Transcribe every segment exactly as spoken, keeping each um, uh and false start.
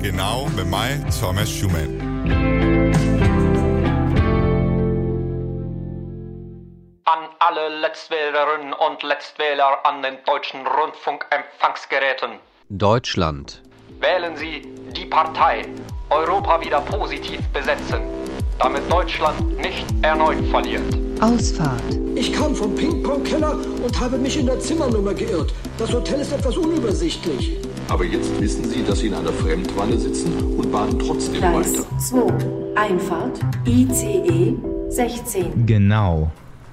Genau med mig, Thomas Schumann. An alle Letztwählerinnen und Letztwähler an den deutschen Rundfunkempfangsgeräten. Deutschland. Wählen Sie die Partei Europa wieder positiv besetzen, damit Deutschland nicht erneut verliert. Ausfahrt. Ich kam vom Ping-Pong-Keller und habe mich in der Zimmernummer geirrt. Das Hotel ist etwas unübersichtlich. Aber jetzt wissen Sie, dass Sie in einer Fremdwanne sitzen und bahnen trotzdem Gleis weiter. zwei. Einfahrt I C E sexten. Genau.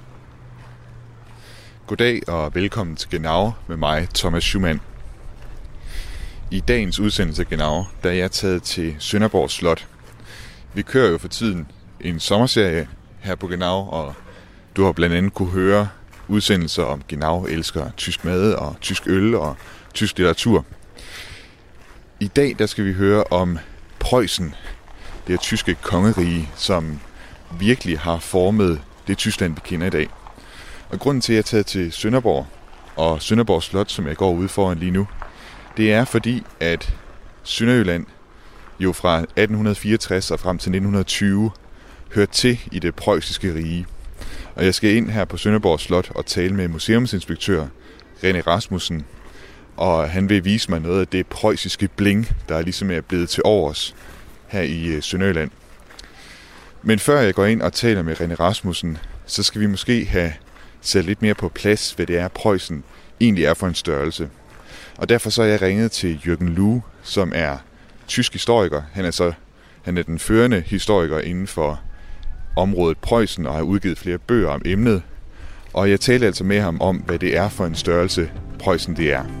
Goddag og velkommen til Genau med mig, Thomas Schumann. I dagens udsendelse af Genau, der er jeg taget til Sønderborg Slot. Vi kører jo for tiden en sommerserie her på Genau, og du har blandt andet kunne høre udsendelser om Genau elsker tysk mad og tysk øl og tysk litteratur. I dag der skal vi høre om Preussen, det her tyske kongerige, som virkelig har formet det Tyskland, vi kender i dag. Og grunden til, at jeg er taget til Sønderborg og Sønderborg Slot, som jeg går ude foran lige nu, det er fordi, at Sønderjylland jo fra atten fireogtres og frem til nitten tyve hørte til i det preussiske rige. Og jeg skal ind her på Sønderborg Slot og tale med museumsinspektør René Rasmussen, og han vil vise mig noget af det preussiske bling, der ligesom er blevet til overs her i Sønderjylland. Men før jeg går ind og taler med René Rasmussen, så skal vi måske have sat lidt mere på plads, hvad det er, Preussen egentlig er for en størrelse. Og derfor så er jeg ringet til Jürgen Luh, som er tysk historiker. Han er, så, han er den førende historiker inden for området Preussen og har udgivet flere bøger om emnet. Og jeg talte altså med ham om, hvad det er for en størrelse, Preussen det er.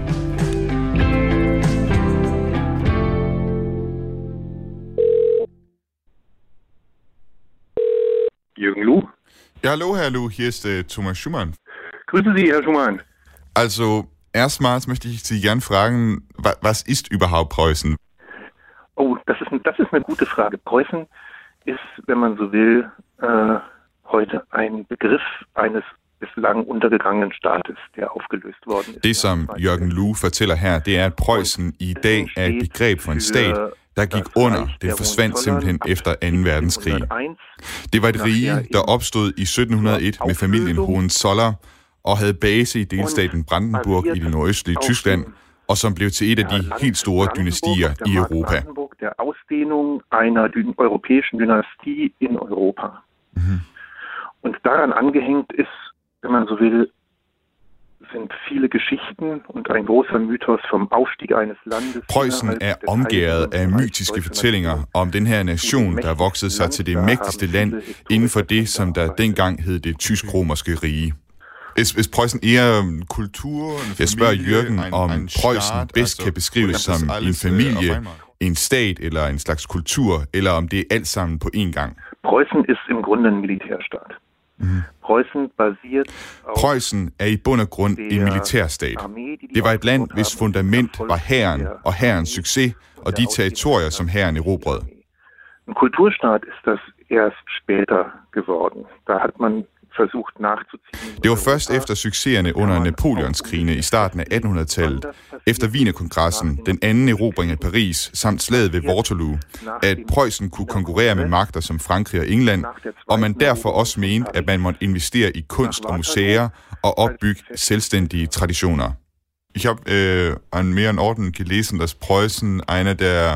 Jürgen Luh. Ja, hallo, Herr Luh, hier ist äh, Thomas Schumann. Grüße Sie, Herr Schumann. Also, erstmals möchte ich Sie gern fragen, wa- was ist überhaupt Preußen? Oh, das ist, das ist eine gute Frage. Preußen ist, wenn man so will, äh, heute ein Begriff eines bislang untergegangenen Staates, der aufgeløst worden ist. Det, som Jürgen Luh fortæller her, det er, at Preussen i dag er et begreb for en stat, der gik under. Den forsvandt simpelthen efter anden verdenskrig. Det var et rige, der opstod i sytten hundrede og et med familien Hohenzollern og havde base i delstaten Brandenburg i det nordøstlige Tyskland, og som blev til et af de helt store dynastier i Europa. Der Ausdehnung einer europäischen Dynastie in Europa. Mhm. Und daran angehängt ist, wenn man so will, sind viele Geschichten und ein großer Mythos vom Aufstieg eines Landes. Preussen er omgærdet af mytiske fortællinger om den her nation, der voksede sig til det mægtigste land inden for det, som der dengang hed det tysk-romerske rige. Ist, ist Preußen eher Kultur? Jeg spørger Jürgen, om Preussen bedst kan beskrives som en familie, en stat eller en slags kultur, eller om det er alt sammen på én gang. Preußen ist im Grunde en militærstat. Mm. Preußen basiert Preussen er i bund og grund en militærstat. Det var et land, hvis fundament var hæren og hærens succes og de territorier, som hæren erobrede. En Kulturstaat ist das erst später geworden. Da hat man versucht nachzuziehen. Det var først efter succeserne under Napoleonskrigene i starten af attenhundredetallet, efter Wienerkongressen, den anden erobring af Paris samt slaget ved Waterloo, at Preussen kunne konkurrere med magter som Frankrig og England, og man derfor også mente, at man måtte investere i kunst og museer og opbygge selvstændige traditioner. Ich habe äh, an mehreren Orten gelesen, dass Preußen einer der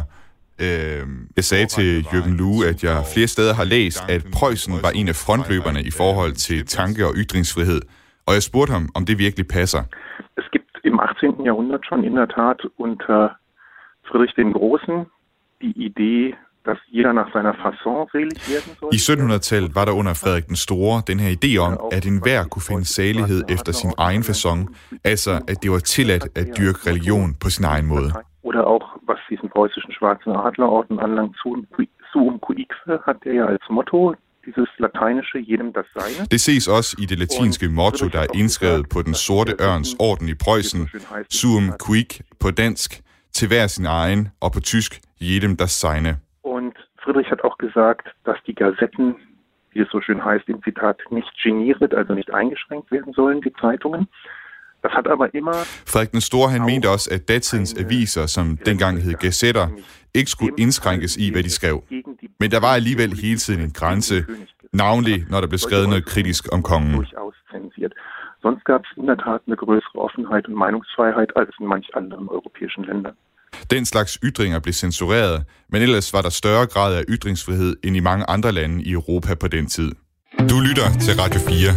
Jeg sagde til Jürgen Luh, at jeg flere steder har læst, at Preussen var en af frontløberne i forhold til tanke- og ytringsfrihed. Og jeg spurgte ham, om det virkelig passer. Es gibt im achtzehnten Jahrhundert schon in der Tat unter Friedrich den Großen die Idee, dass jeder nach seiner Fasson selig werden soll. I syttenhundredetallet var der under Frederik den Store den her idé om, at enhver kunne finde salighed efter sin egen fasson, altså at det var tilladt at dyrke religion på sin egen måde. Oder auch, was diesen preußischen Schwarzen Adlerorden anlangt, suum cuique, hat er ja als Motto, dieses lateinische jedem das seine. Det ses også i det latinske motto, der er indskrevet på den sorte ørns orden i Preussen, suum cuique på dansk, til hver sin egen, og på tysk, jedem das seine. Und Friedrich hat auch gesagt, dass die Gazetten, wie es so schön heißt im Zitat, nicht geniert, also nicht eingeschränkt werden sollen, die Zeitungen. Das hat aber immer... Frederik den Store, han mente også, at datidens aviser, som dengang hed gazetter, ikke skulle indskrænkes i, hvad de skrev. Men der var alligevel hele tiden en grænse, navnlig når der blev skrevet noget kritisk om kongen. Sonst gab es in der Tat eine größere Offenheit und Meinungsfreiheit als in manch anderen europäischen Ländern. Den slags ytringer blev censureret, men ellers var der større grad af ytringsfrihed end i mange andre lande i Europa på den tid. Du lytter til Radio fire.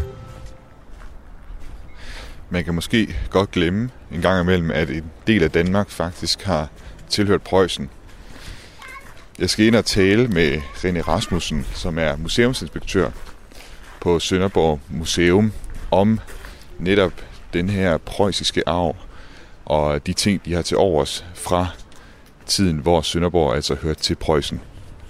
Man kan måske godt glemme en gang imellem, at en del af Danmark faktisk har tilhørt Preussen. Jeg skal ind og tale med René Rasmussen, som er museumsinspektør på Sønderborg Museum, om netop den her preussiske arv og de ting, de har til overs fra tiden, hvor Sønderborg altså hørte til Preussen.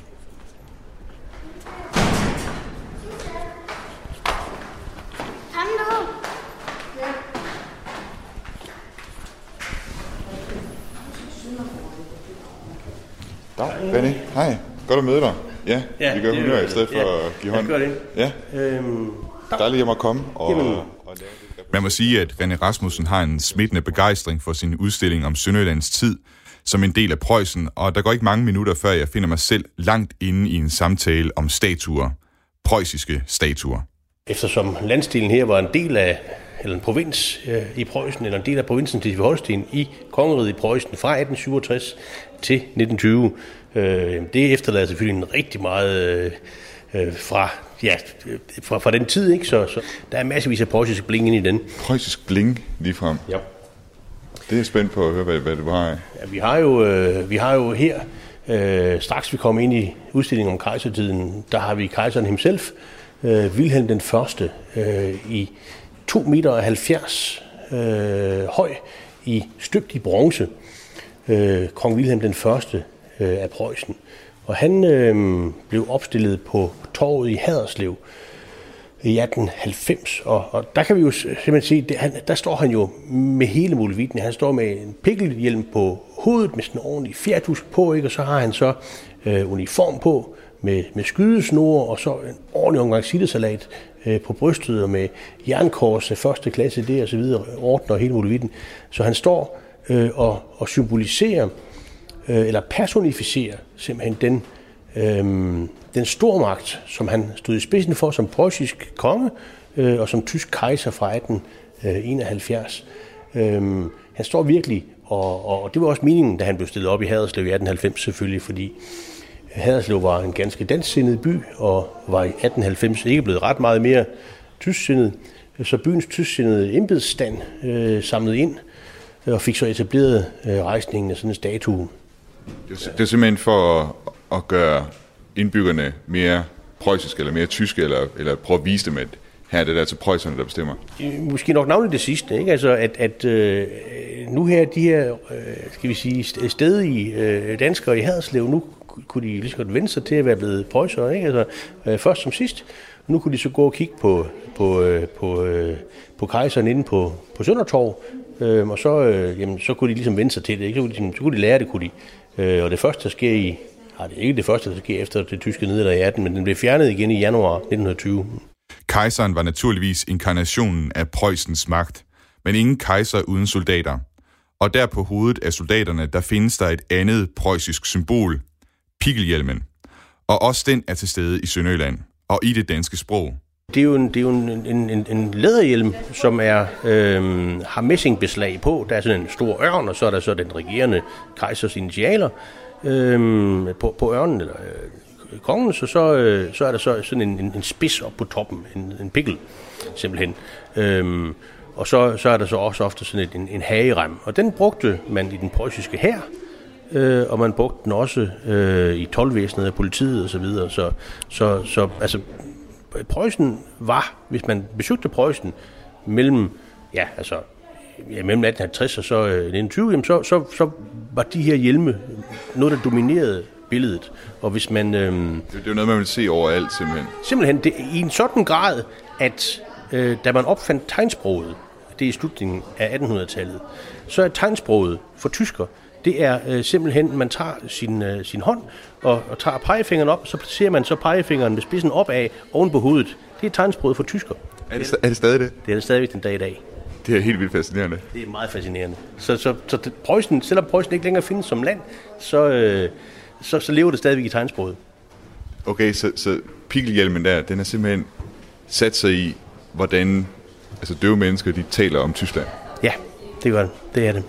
Dag, René. Hej. Godt at møde dig. Ja, ja vi gør humør i stedet for ja, at give hånd. Jeg gør det. Ja. Øhm, Dejligt, at må komme. Og, Jamen. og Man må sige, at René Rasmussen har en smittende begejstring for sin udstilling om Sønderjyllands tid som en del af Preussen, og der går ikke mange minutter, før jeg finder mig selv langt inde i en samtale om statuer. Preussiske statuer. Eftersom landsdelen her var en del af, eller en provins øh, i Preussen, eller en del af provinsen til Holsten i kongeriget i Preussen fra atten syvogtres til nitten tyve, øh, det efterlader selvfølgelig en rigtig meget øh, fra, ja, fra, fra den tid, ikke? Så, så der er masservis af preussisk bling ind i den. Preussisk bling ligefrem? Ja. Det er jeg spændt på at høre, hvad, hvad du har af. Ja, vi har jo, øh, vi har jo her, øh, straks vi kommer ind i udstillingen om kejsertiden, der har vi kejseren himself, øh, Wilhelm den Første, øh, i to meter og halvfjerds øh, høj, i støbt i bronze, øh, kong Wilhelm den Første øh, af Preussen. Og han øh, blev opstillet på torvet i Haderslev i atten halvfems, og, og der kan vi jo simpelthen se, det, han, der står han jo med hele muligheden. Han står med en pikkelhjelm på hovedet, med sådan en ordentlig fjertusk på, ikke? Og så har han så øh, uniform på, med, med skydesnore, og så en ordentlig omgang sittesalat øh, på brystet, og med jernkors af første klasse, det og så videre, ordner hele muligheden. Så han står øh, og, og symboliserer, øh, eller personificerer simpelthen den, øh, den stormagt, som han stod i spidsen for som preussisk konge, øh, og som tysk kejser fra atten enoghalvfjerds. Øh, han står virkelig, og, og, og det var også meningen, da han blev stillet op i Haderslev i atten halvfems selvfølgelig, fordi Haderslev var en ganske dansksindet by, og var i atten halvfems ikke blevet ret meget mere tysksindet. Så byens tysksindede embedsstand øh, samlede ind, og fik så etableret øh, rejsningen af sådan en statue. Det er simpelthen for at, at gøre indbyggerne mere preussiske, eller mere tyske, eller, eller prøve at vise dem, at her er det der til preusserne, der bestemmer. Måske nok navnligt det sidste, ikke? Altså at, at øh, nu her, de her, øh, skal vi sige, stedige øh, danskere i Haderslev, nu kunne de lige så godt vende sig til at være blevet preussere, ikke? Altså øh, først som sidst. Nu kunne de så gå og kigge på, på, øh, på, øh, på kejseren inde på, på Søndertorv, øh, og så, øh, jamen, så kunne de ligesom vende sig til det, ikke? Så kunne de, så kunne de lære det, kunne de. Øh, og det første, der sker i, nej, det er ikke det første, der sker efter det tyske nederlag i atten, men den blev fjernet igen i januar nitten tyve. Kejseren var naturligvis inkarnationen af Preussens magt, men ingen kejser uden soldater. Og der på hovedet af soldaterne, der findes der et andet preussisk symbol, pikkelhjelmen. Og også den er til stede i Sønderjylland og i det danske sprog. Det er jo en, det er jo en, en, en, en læderhjelm, som er, øh, har messingbeslag på. Der er sådan en stor ørn, og så er der så den regerende kejsers initialer øh, på, på ørnen, eller øh, kongen, så, så, øh, så er der så sådan en, en, en spids op på toppen, en, en pikkel simpelthen. Øh, og så, så er der så også ofte sådan en, en hagerem, og den brugte man i den preussiske hær, øh, og man brugte den også øh, i toldvæsenet af politiet og så videre. Så, så, så altså, Preussen var, hvis man besøgte Preussen mellem, ja, altså, ja, mellem atten halvtreds og så øh, nitten tyve, jamen, så, så, så var de her hjelme noget, der dominerede billedet. Og hvis man... Øh, det, det er jo noget, man vil se overalt, simpelthen. Simpelthen, det, i en sådan grad, at øh, da man opfandt tegnsproget, det er i slutningen af attenhundredetallet, så er tegnsproget for tysker, det er øh, simpelthen, man tager sin, øh, sin hånd og, og tager pegefingeren op, så placerer man så pegefingeren med spidsen opad oven på hovedet. Det er tegnsproget for tysker. Er det, er det stadig det? Det er det stadigvæk den dag i dag. Det er helt vildt fascinerende. Det er meget fascinerende. Så, så, så Preussen, selvom Preussen ikke længere findes som land, så, øh, så, så lever det stadigvæk i tegnsproget. Okay, så, så Pickelhjelmen der, den har simpelthen sat sig i, hvordan altså døve mennesker, de taler om Tyskland. Ja, det gør det. Det er det.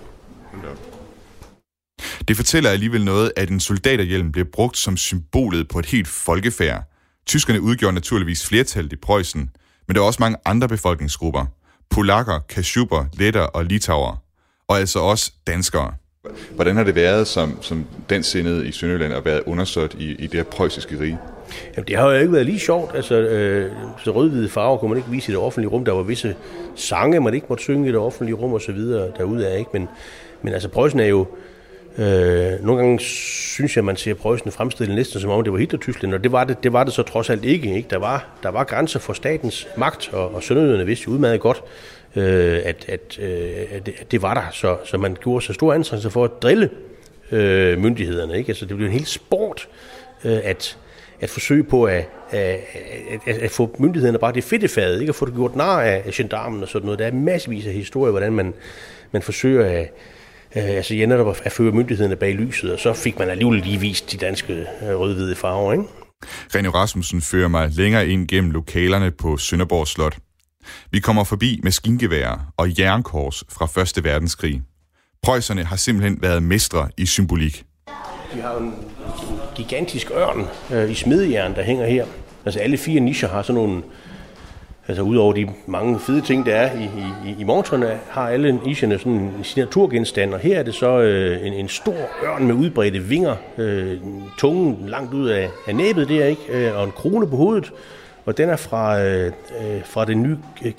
Det fortæller alligevel noget, at en soldaterhjelm bliver brugt som symbolet på et helt folkefærd. Tyskerne udgjorde naturligvis flertallet i Preussen, men der er også mange andre befolkningsgrupper. Polakker, kasjuber, letter og litauer. Og altså også danskere. Hvordan har det været som, som dansksindede i Sønderjylland at være undersøgt i, i det her preussiske rige? Jamen, det har jo ikke været lige sjovt. Altså, øh, så rød-hvide farver kunne man ikke vise i det offentlige rum. Der var visse sange, man ikke måtte synge i det offentlige rum og så videre derudaf, ikke? Men, men altså, Preussen er jo... Øh, nogle gange synes jeg, man ser Preussen fremstillet næsten som om det var Hitler-Tyskland, og det var det, det var det så trods alt ikke. ikke? Der, var, der var grænser for statens magt, og, og sønderjyderne vidste jo udmærket godt, øh, at, at, øh, at, det, at det var der. Så, så man gjorde så store anstrengelser for at drille øh, myndighederne. Ikke? Altså, det blev en helt sport øh, at, at forsøge på at, at, at, at få myndighederne bare det fedtefadet, ikke? At få det gjort nar af gendarmen og sådan noget. Der er massevis af historier, hvordan man, man forsøger at Uh, altså jeg netop at føre myndighederne bag lyset, og så fik man alligevel lige vist de danske uh, rød-hvide farver, ikke? René Rasmussen fører mig længere ind gennem lokalerne på Sønderborg Slot. Vi kommer forbi maskingeværer og jernkors fra første verdenskrig. Preusserne har simpelthen været mestre i symbolik. Vi har en gigantisk ørn uh, i smedejern, der hænger her. Altså alle fire nicher har sådan nogle... Altså udover de mange fede ting, der er i, i, i montrene, har alle nicherne sådan en signaturgenstand, og her er det så øh, en, en stor ørn med udbredte vinger, øh, tungen langt ud af, af næbet der, ikke? Øh, og en krone på hovedet, og den er fra, øh, fra den nye øh,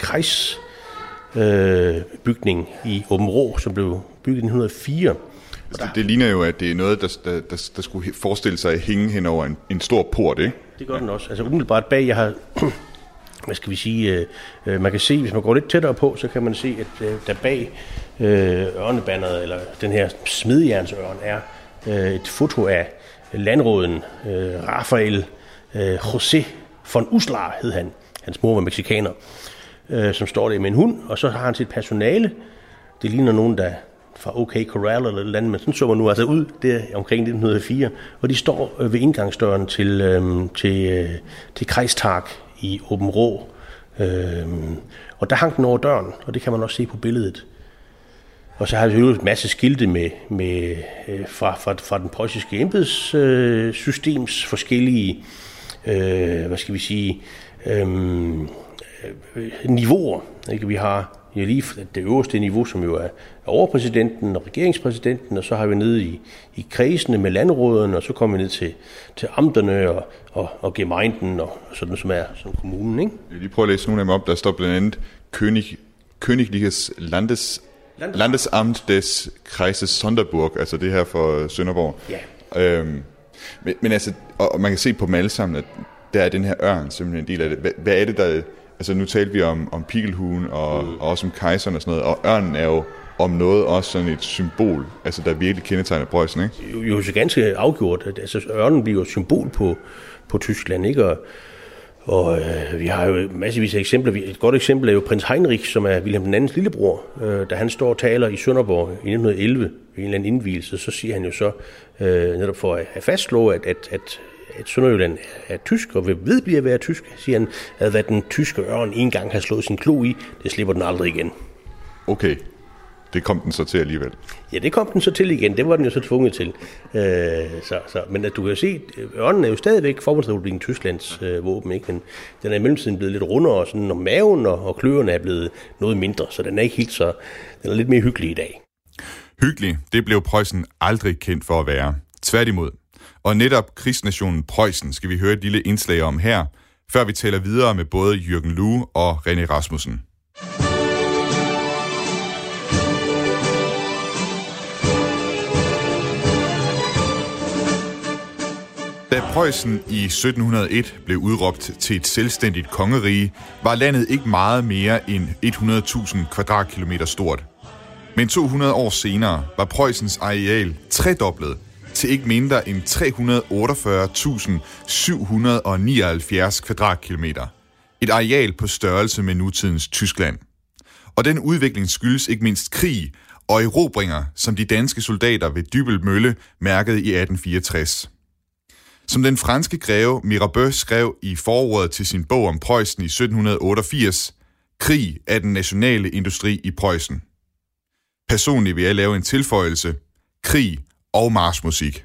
kreisbygning øh, i Åbenrå, som blev bygget i nitten hundrede og fire. Altså, det, det ligner jo, at det er noget, der, der, der, der skulle forestille sig at hænge hen over en, en stor port, ikke? Det gør den også. Altså umiddelbart bag, jeg har... Hvad skal vi sige, øh, man kan se, hvis man går lidt tættere på, så kan man se, at øh, der bag øh, ørnebanneret, eller den her smedejernsørn, er øh, et foto af landråden øh, Rafael øh, José von Uslar, hed han. Hans mor var mexikaner, øh, som står der med en hund, og så har han sit personale. Det ligner nogen, der fra OK Corral eller et eller andet, men sådan så man nu altså ud der omkring nitten hundrede og fire, og de står øh, ved indgangsdøren til, øh, til, øh, til Kreistag i Åbenrå, øhm, og der hang den over døren, og det kan man også se på billedet. Og så har vi jo en masse skilte med, med, øh, fra, fra, fra den preussiske embedssystems øh, forskellige, øh, hvad skal vi sige, øh, niveauer. Ikke? Vi har ja, lige det øverste niveau, som jo er overpræsidenten og regeringspræsidenten, og så har vi nede i, i kredsene med landråden, og så kommer vi ned til, til amterne og, og, og gemeinden og sådan, som er som kommunen. Ikke? Jeg lige prøve at læse nogle af dem op. Der står blandt andet König, Königliches Landes, Landesamt des Kreises Sonderburg, altså det her for Sønderborg. Ja. Øhm, men, men altså, og, og man kan se på dem alle sammen, at der er den her ørn simpelthen en del af det. Hvad, hvad er det, der... Altså nu talte vi om, om Pickelhuhn og, mm. og også om kejseren og sådan noget, og ørnen er jo om noget også sådan et symbol, altså der virkelig kendetegner Preussen, ikke? Jo, jo så ganske afgjort. Altså ørnen bliver jo et symbol på, på Tyskland, ikke? Og, og øh, vi har jo massevis af eksempler. Et godt eksempel er jo prins Heinrich, som er Wilhelm den andens lillebror. Øh, da han står og taler i Sønderborg i nitten elleve ved en eller anden indvielse, så siger han jo så, øh, netop for at fastslå, at, at, at at Sønderjylland er tysk, og vil vedblive at være tysk, siger han, at hvad den tyske ørn en gang har slået sin klo i, det slipper den aldrig igen. Okay, det kom den så til alligevel. Ja, det kom den så til igen, det var den jo så tvunget til. Øh, så, så, men at du kan se, ørnen er jo stadigvæk Forbundsrepublikken Tysklands øh, våben, ikke? Men den er i mellemtiden blevet lidt rundere, og, sådan, og maven og, og kløerne er blevet noget mindre, så den er ikke helt så, den er lidt mere hyggelig i dag. Hyggelig, det blev Preussen aldrig kendt for at være. Tværtimod. Og netop krigsnationen Preussen skal vi høre et lille indslag om her, før vi taler videre med både Jürgen Lue og René Rasmussen. Da Preussen i sytten hundrede og et blev udråbt til et selvstændigt kongerige, var landet ikke meget mere end hundrede tusind kvadratkilometer stort. Men to hundrede år senere var Preussens areal tredoblet til ikke mindre end tre hundrede otteogfyrre tusind syv hundrede nioghalvfjerds kvadratkilometer. Et areal på størrelse med nutidens Tyskland. Og den udvikling skyldes ikke mindst krig og erobringer, som de danske soldater ved Dybbøl Mølle mærkede i atten fireogtres. Som den franske greve Mirabeau skrev i forordet til sin bog om Preussen i sytten otteogfirs, krig er den nationale industri i Preussen. Personligt vil jeg lave en tilføjelse, krig og marchmusik.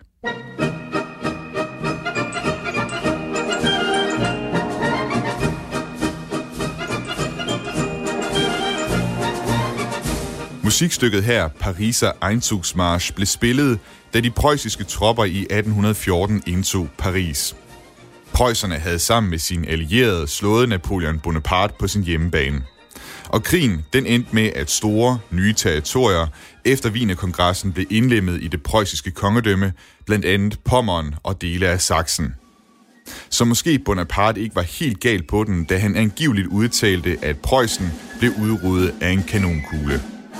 Musikstykket her, Pariser Einzugsmarsch, blev spillet, da de preussiske tropper i atten fjorten indtog Paris. Preusserne havde sammen med sine allierede slået Napoleon Bonaparte på sin hjemmebane. Og krigen, den endte med, at store, nye territorier efter Wienerkongressen blev indlemmet i det preussiske kongedømme, blandt andet Pommern og dele af Sachsen. Så måske Bonaparte ikke var helt galt på den, da han angiveligt udtalte, at Preussen blev udryddet af en kanonkugle.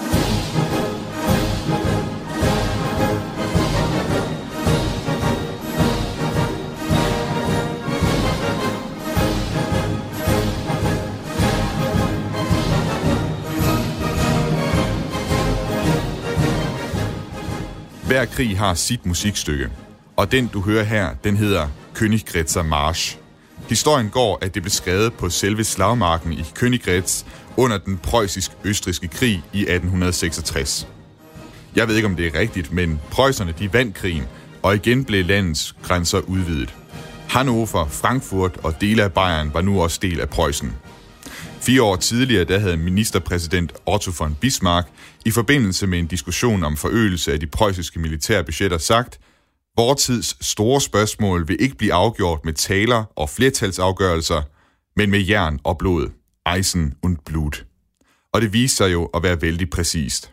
Hver krig har sit musikstykke, og den, du hører her, den hedder Königgrätzer Marsch. Historien går, at det blev skrevet på selve slagmarken i Königgrätz under den preussisk-østrigske krig i atten seksogtres. Jeg ved ikke, om det er rigtigt, men preusserne de vandt krigen, og igen blev landets grænser udvidet. Hannover, Frankfurt og dele af Bayern var nu også del af Preussen. Fire år tidligere der havde ministerpræsident Otto von Bismarck i forbindelse med en diskussion om forøgelse af de preussiske militære budgetter sagt, vor tids store spørgsmål vil ikke blive afgjort med taler og flertalsafgørelser, men med jern og blod, Eisen und Blut. Og det viste sig jo at være vældig præcist.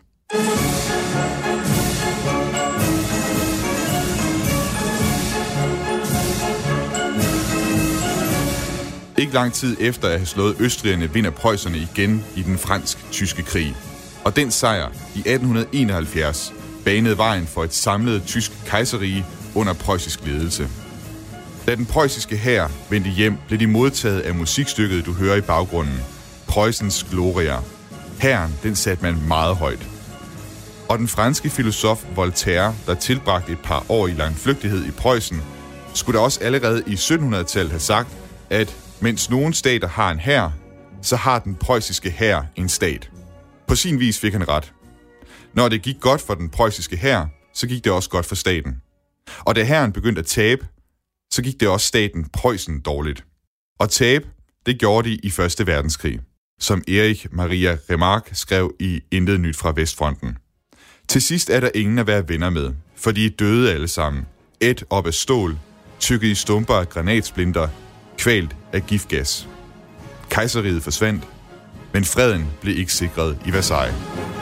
Ikke lang tid efter at have slået østrigerne vinder preusserne igen i den fransk-tyske krig. Og den sejr i atten enoghalvfjerds banede vejen for et samlet tysk kejserrige under preussisk ledelse. Da den preussiske hær vendte hjem, blev de modtaget af musikstykket, du hører i baggrunden, Preussens Gloria. Hæren, den satte man meget højt. Og den franske filosof Voltaire, der tilbragte et par år i langflygtighed i Preussen, skulle da også allerede i syttenhundredetallet have sagt, at mens nogle stater har en hær, så har den preussiske hær en stat. På sin vis fik han ret. Når det gik godt for den preussiske hær, så gik det også godt for staten. Og da hæren begyndte at tabe, så gik det også staten Preussen dårligt. Og tabe, det gjorde de i Første Verdenskrig, som Erich Maria Remarque skrev i Intet nyt fra Vestfronten. Til sidst er der ingen at være venner med, for de er døde alle sammen. Et op af stål, tykket i stumper af granatsplinter, kvalt af giftgas. Kejserriget forsvandt, men freden blev ikke sikret i Versailles.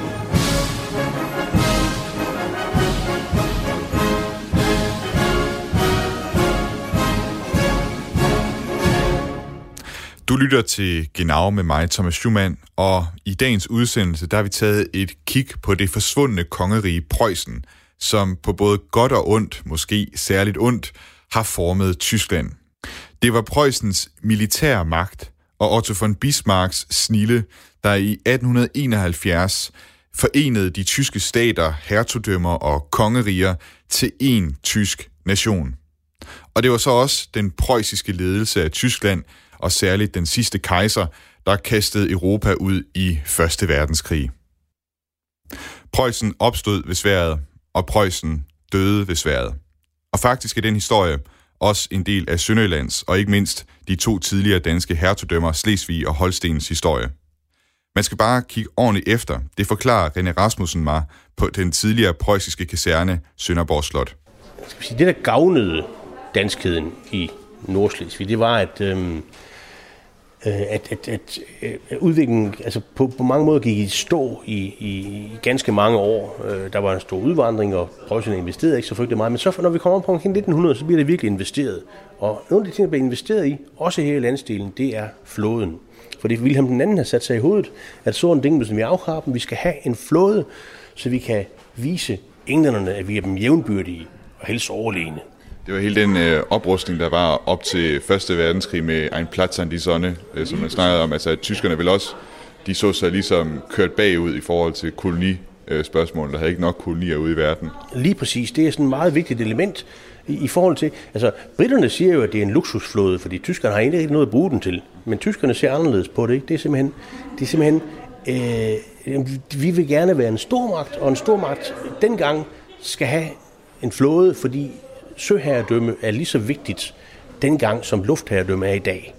Du lytter til Genau med mig, Thomas Schumann, og i dagens udsendelse der har vi taget et kig på det forsvundne kongerige Preussen, som på både godt og ondt, måske særligt ondt, har formet Tyskland. Det var Preussens militære magt og Otto von Bismarcks snilde, der i atten enoghalvfjerds forenede de tyske stater, hertugdømmer og kongeriger til én tysk nation. Og det var så også den preussiske ledelse af Tyskland, og særligt den sidste kejser, der kastede Europa ud i Første Verdenskrig. Preussen opstod ved sværdet, og Preussen døde ved sværdet. Og faktisk er den historie også en del af Sønderjyllands, og ikke mindst de to tidligere danske hertugdømmer, Slesvig og Holstens historie. Man skal bare kigge ordentligt efter. Det forklarer René Rasmussen mig på den tidligere preussiske kaserne Sønderborg Slot. Det, der gavnede danskheden i Nordslesvig, det var, at, øhm, at, at, at, at udviklingen altså på, på mange måder gik i stå i, i ganske mange år. Der var en stor udvandring, og Preussen investerede ikke så frygtelig meget. Men så når vi kommer op på omkring nitten hundrede, så bliver det virkelig investeret. Og nogle af de ting, der bliver investeret i, også her i landsdelen, det er flåden. Fordi Wilhelm den anden har sat sig i hovedet, at sådan en ting, som vi afhager dem, vi skal have en flåde, så vi kan vise englænderne, at vi er dem jævnbyrdige og helst overlegne. Det var hele den øh, oprustning, der var op til Første Verdenskrig med Ein Platz an die Sonne, øh, som man snakkede om, altså at tyskerne ville også de så sig ligesom kørt bagud i forhold til kolonispørgsmål. Der havde ikke nok kolonier ude i verden. Lige præcis. Det er sådan et meget vigtigt element i, i forhold til... Altså, britterne siger jo, at det er en luksusflåde, fordi tyskerne har egentlig ikke noget at bruge den til. Men tyskerne ser anderledes på det, ikke? Det er simpelthen... Det er simpelthen øh, vi vil gerne være en stormagt, og en stormagt dengang skal have en flåde, fordi søherredømme er lige så vigtigt dengang, som luftherredømme er i dag.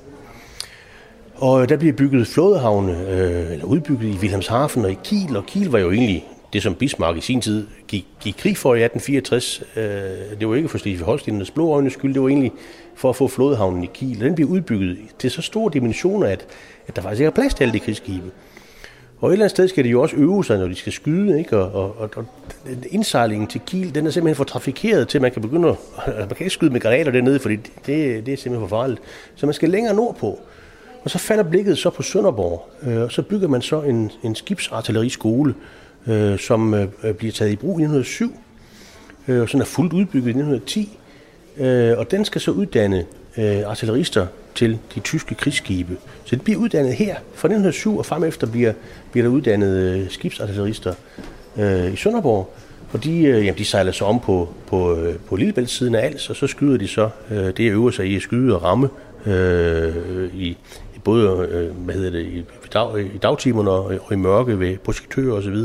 Og der bliver bygget flådehavne, øh, eller udbygget i Wilhelmshaven og i Kiel, og Kiel var jo egentlig det, som Bismarck i sin tid gik, gik krig for i atten fireogtres. Øh, det var ikke for Slesvig-Holstenernes blå øjnes skyld, det var egentlig for at få flådehavnen i Kiel. Den bliver udbygget til så store dimensioner, at, at der faktisk ikke er plads til alle de krigsskibe. Og et eller andet sted skal de jo også øve sig, når de skal skyde, ikke? Og, og, og, og indsejlingen til Kiel, den er simpelthen for trafikeret til, at man kan begynde at... Man kan ikke skyde med granater dernede, fordi det, det er simpelthen for farligt. Så man skal længere nordpå. Og så falder blikket så på Sønderborg, og så bygger man så en, en skibsartilleriskole, øh, som øh, bliver taget i brug i nitten hundrede og syv, øh, og sådan er fuldt udbygget i nitten hundrede og ti. Øh, og den skal så uddanne øh, artillerister til de tyske krigsskibe. Så det bliver uddannet her. Fra nitten hundrede og syv og frem efter bliver, bliver der uddannet øh, skibsartillerister øh, i Sønderborg. Og de, øh, jamen, de sejler så om på, på, øh, på Lillebæltssiden af Als, og så skyder de så, øh, det øver sig i at skyde og ramme øh, i, i både øh, hvad hedder det, i, dag, i dagtimerne og, og i mørke ved projektører osv.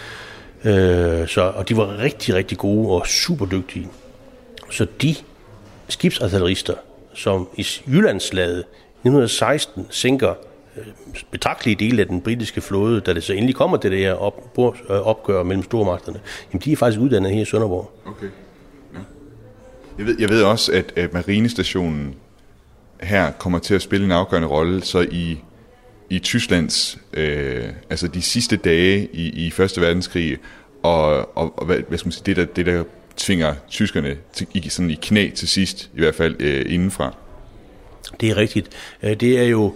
Øh, så, og de var rigtig, rigtig gode og super dygtige. Så de skibsartillerister, som i Jyllandsslaget nitten seksten sænker øh, betragtelige dele af den britiske flåde, da det så endelig kommer til det her op, opgør mellem stormagterne, jamen de er faktisk uddannet her i Sønderborg. Okay. Ja. Jeg ved, jeg ved også, at, at marinestationen her kommer til at spille en afgørende rolle så i, i Tysklands, øh, altså de sidste dage i, i Første Verdenskrig, og, og, og hvad, hvad skal man sige, det der, det der tvinger tyskerne til, i, sådan i knæ til sidst, i hvert fald øh, indenfra. Det er rigtigt. Det er jo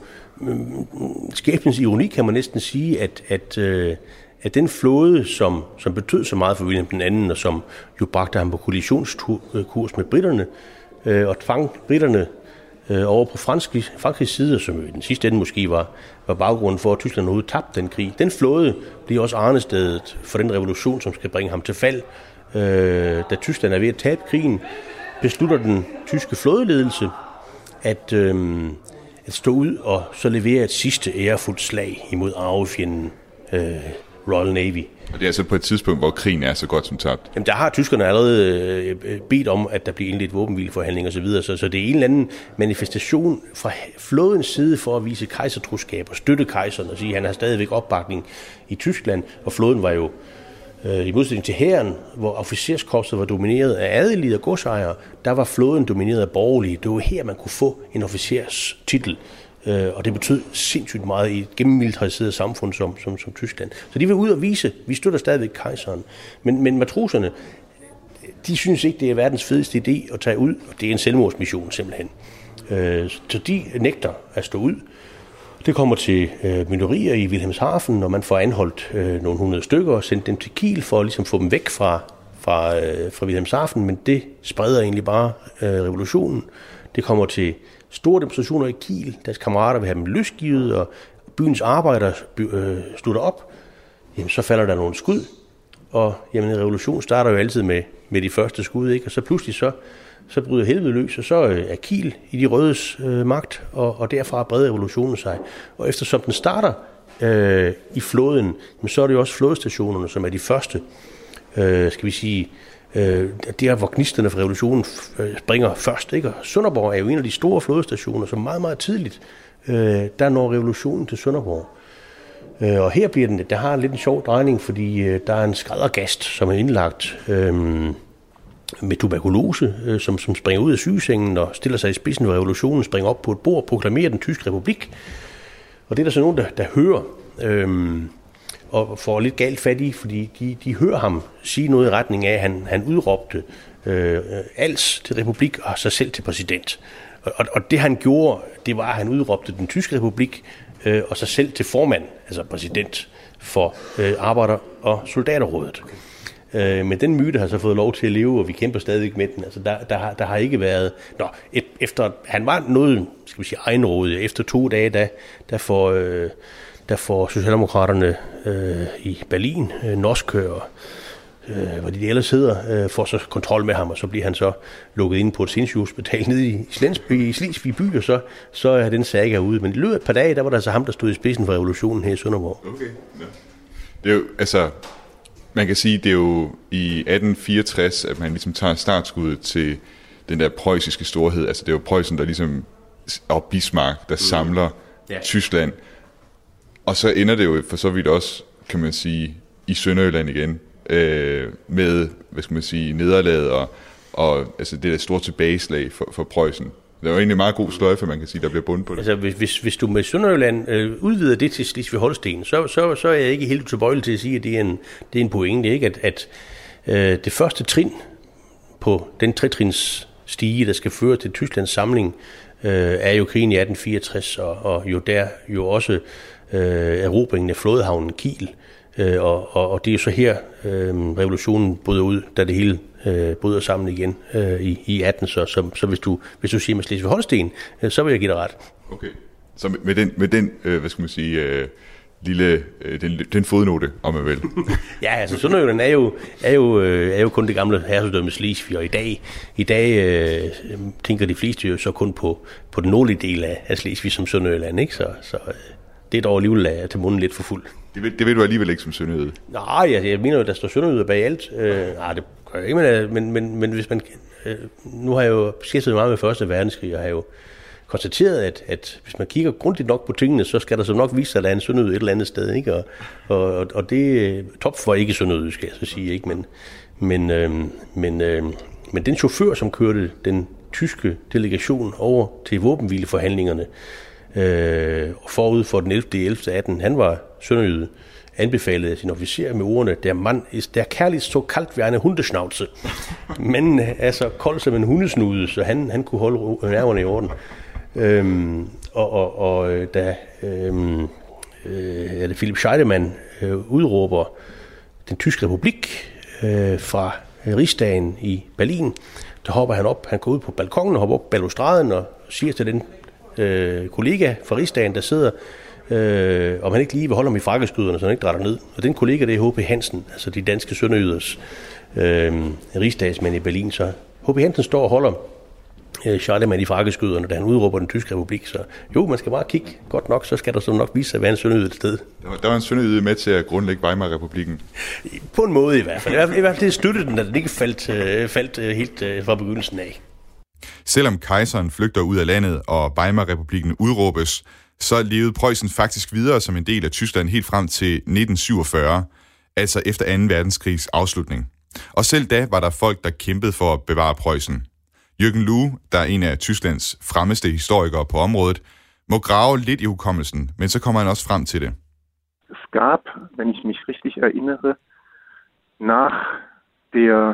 skæbnens ironi, kan man næsten sige, at, at, at den flåde, som, som betød så meget for Wilhelm den anden, og som jo bragte ham på kollisionskurs med britterne, og tvang britterne over på Frankrigs, Frankrigs side, som i den sidste ende måske var, var baggrunden for, at Tyskland overhovedet tabte den krig. Den flåde bliver også arnestedet for den revolution, som skal bringe ham til fald. Da Tyskland er ved at tabe krigen, beslutter den tyske flådeledelse at, øhm, at stå ud og så levere et sidste ærefuldt slag imod arvefjenden øh, Royal Navy. Og det er altså på et tidspunkt, hvor krigen er så godt som tabt? Jamen, der har tyskerne allerede øh, bedt om, at der bliver indledt våbenhvileforhandlinger osv., så, så det er en eller anden manifestation fra flådens side for at vise kejsertroskab og støtte kejseren og sige, at han har stadigvæk opbakning i Tyskland, og flåden var jo i modsætning til hæren, hvor officerskorpset var domineret af adelige og godsejere, der var flåden domineret af borgerlige. Det var her, man kunne få en officers titel, og det betød sindssygt meget i et gennemmilitariseret samfund som, som, som Tyskland. Så de vil ud og vise, vi støtter stadigvæk kejseren. Men, men matroserne, de synes ikke, det er verdens fedeste idé at tage ud, og det er en selvmordsmission simpelthen. Så de nægter at stå ud. Det kommer til øh, mynderier i Wilhelmshaven, når man får anholdt øh, nogle hundrede stykker og sendt dem til Kiel for at ligesom få dem væk fra, fra, øh, fra Wilhelmshaven, men det spreder egentlig bare øh, revolutionen. Det kommer til store demonstrationer i Kiel, deres kammerater vil have dem løsgivet, og byens arbejdere øh, slutter op. Jamen, så falder der nogle skud, og jamen, revolutionen starter jo altid med, med de første skud, ikke? Og så pludselig så så bryder helvede løs, og så er Kiel i de rødes øh, magt, og, og derfra breder revolutionen sig. Og eftersom den starter øh, i flåden, så er det jo også flådestationerne, som er de første, øh, skal vi sige, øh, der hvor gnisterne for revolutionen øh, springer først. Ikke? Og Sønderborg er jo en af de store flådestationer, som meget, meget tidligt, øh, der når revolutionen til Sønderborg. Øh, og her bliver den, der har lidt en sjov drejning, fordi øh, der er en skræddergast, som er indlagt øh, med tuberkulose, øh, som, som springer ud af sygesengen og stiller sig i spidsen for revolutionen, springer op på et bord og proklamerer den tyske republik. Og det er der så nogen, der, der hører øh, og får lidt galt fat i, fordi de, de hører ham sige noget i retning af, at han, han udråbte øh, Als til republik og sig selv til præsident. Og, og det han gjorde, det var, at han udråbte den tyske republik øh, og sig selv til formand, altså præsident for øh, arbejder- og soldaterrådet. Øh, men den myte har så fået lov til at leve, og vi kæmper stadig med den. Altså, der, der, har, der har ikke været... Nå, et, efter, han var noget, skal vi sige, egenrådig. Efter to dage, der, der får... Øh, der får Socialdemokraterne øh, i Berlin, øh, Noske og øh, hvor de ellers sidder, øh, får så kontrol med ham, og så bliver han så lukket ind på et sindssygehospital nede i Slensby, i Slesvig by, og så, så er den saga ude. Men i løbet af et par dage, der var der så ham, der stod i spidsen for revolutionen her i Sønderborg. Okay, ja. Det er jo, altså, man kan sige, det er jo i atten fireogtres, at man ligesom tager startskuddet til den der preussiske storhed. Altså det er jo Preussen, der ligesom, og Bismarck, der samler ja. Tyskland. Og så ender det jo for så vidt også, kan man sige, i Sønderjylland igen, øh, med, hvad skal man sige, nederlaget og, og altså det der store tilbageslag for, for Preussen. Det er jo egentlig en meget god sløjfe, man kan sige, der bliver bundet på det. Altså, hvis, hvis, hvis du med Sønderjylland øh, udvider det til Slesvig-Holsten, så, så, så er jeg ikke helt tilbøjelig til at sige, at det er en, det er en pointe, ikke? At, at øh, det første trin på den tretrins stige, der skal føre til Tysklands samling, øh, er jo krigen i atten fireogtres, og, og jo der jo også øh, erobringen af flådehavnen Kiel. Øh, og, og, og det er jo så her, øh, revolutionen bryder ud, da det hele øh, bryder sammen igen øh, i, i atten. Så, så, så hvis, du, hvis du siger med Slesvig-Holsten, øh, så vil jeg give dig ret. Okay, så med den, med den øh, hvad skal man sige, øh, lille, øh, den, den fodnote, om man vil. Ja, altså Sønderjylland er jo, er, jo, øh, er jo kun det gamle herredømme Slesvig, og i dag, i dag øh, tænker de fleste jo så kun på, på den nordlige del af, af Slesvig som Sønderjylland, ikke? Så, så øh, det er dog alligevel at tage munden lidt for fuld. Det ved, det ved du alligevel ikke som sønderjyde. Nej, jeg, jeg mener jo, der står sønderjyde bag alt. Øh, nej, det gør jeg ikke, men, men, men hvis man... Øh, nu har jeg jo beskæftiget meget med første verdenskrig, og har jo konstateret, at, at hvis man kigger grundigt nok på tingene, så skal der så nok vise sig, at der er en sønderjyde et eller andet sted, ikke? Og, og, og det er top for ikke sønderjyde, skal jeg så sige, ikke? Men, men, øh, men, øh, men den chauffør, som kørte den tyske delegation over til våbenhvileforhandlingerne, øh, forud for den ellevte ellevte atten, han var sønderjyde, anbefalede af sin officer med ordene, der Mann ist der kærligt så kaldt wie eine Hundeschnauze. Men altså kold som en hundesnude, så han, han kunne holde nerverne i orden. Øhm, og, og, og da øhm, øh, er det Philipp Scheidemann øh, udråber den tyske republik øh, fra Rigsdagen i Berlin, der hopper han op, han går ud på balkongen og hopper op på balustraden og siger til den øh, kollega fra Rigsdagen, der sidder, Øh, om han ikke lige vil holde ham i frakkeskyderne, så han ikke drætter ned. Og den kollega, det er H P Hansen, altså de danske sønderjyders øh, rigsdagsmænd i Berlin. Så H P Hansen står og holder øh, Scheidemann i frakkeskyderne, da han udråber den tyske republik. Så jo, man skal bare kigge godt nok, så skal der så nok vise sig at være en sønderjyde et sted. Der var, der var en sønderjyde med til at grundlægge Weimar-republikken. På en måde i hvert fald. I hvert fald, i hvert fald det støttede den, at den ikke faldt, øh, faldt øh, helt øh, fra begyndelsen af. Selvom kejseren flygter ud af landet, og Weimar-republikken udråbes, så levede Preussen faktisk videre som en del af Tyskland helt frem til nitten syvogfyrre, altså efter anden verdenskrigs afslutning. Og selv da var der folk, der kæmpede for at bevare Preussen. Jürgen Luh, der er en af Tysklands fremmeste historikere på området, må grave lidt i hukommelsen, men så kommer han også frem til det. Es gab, wenn ich mich richtig erinnere, nach der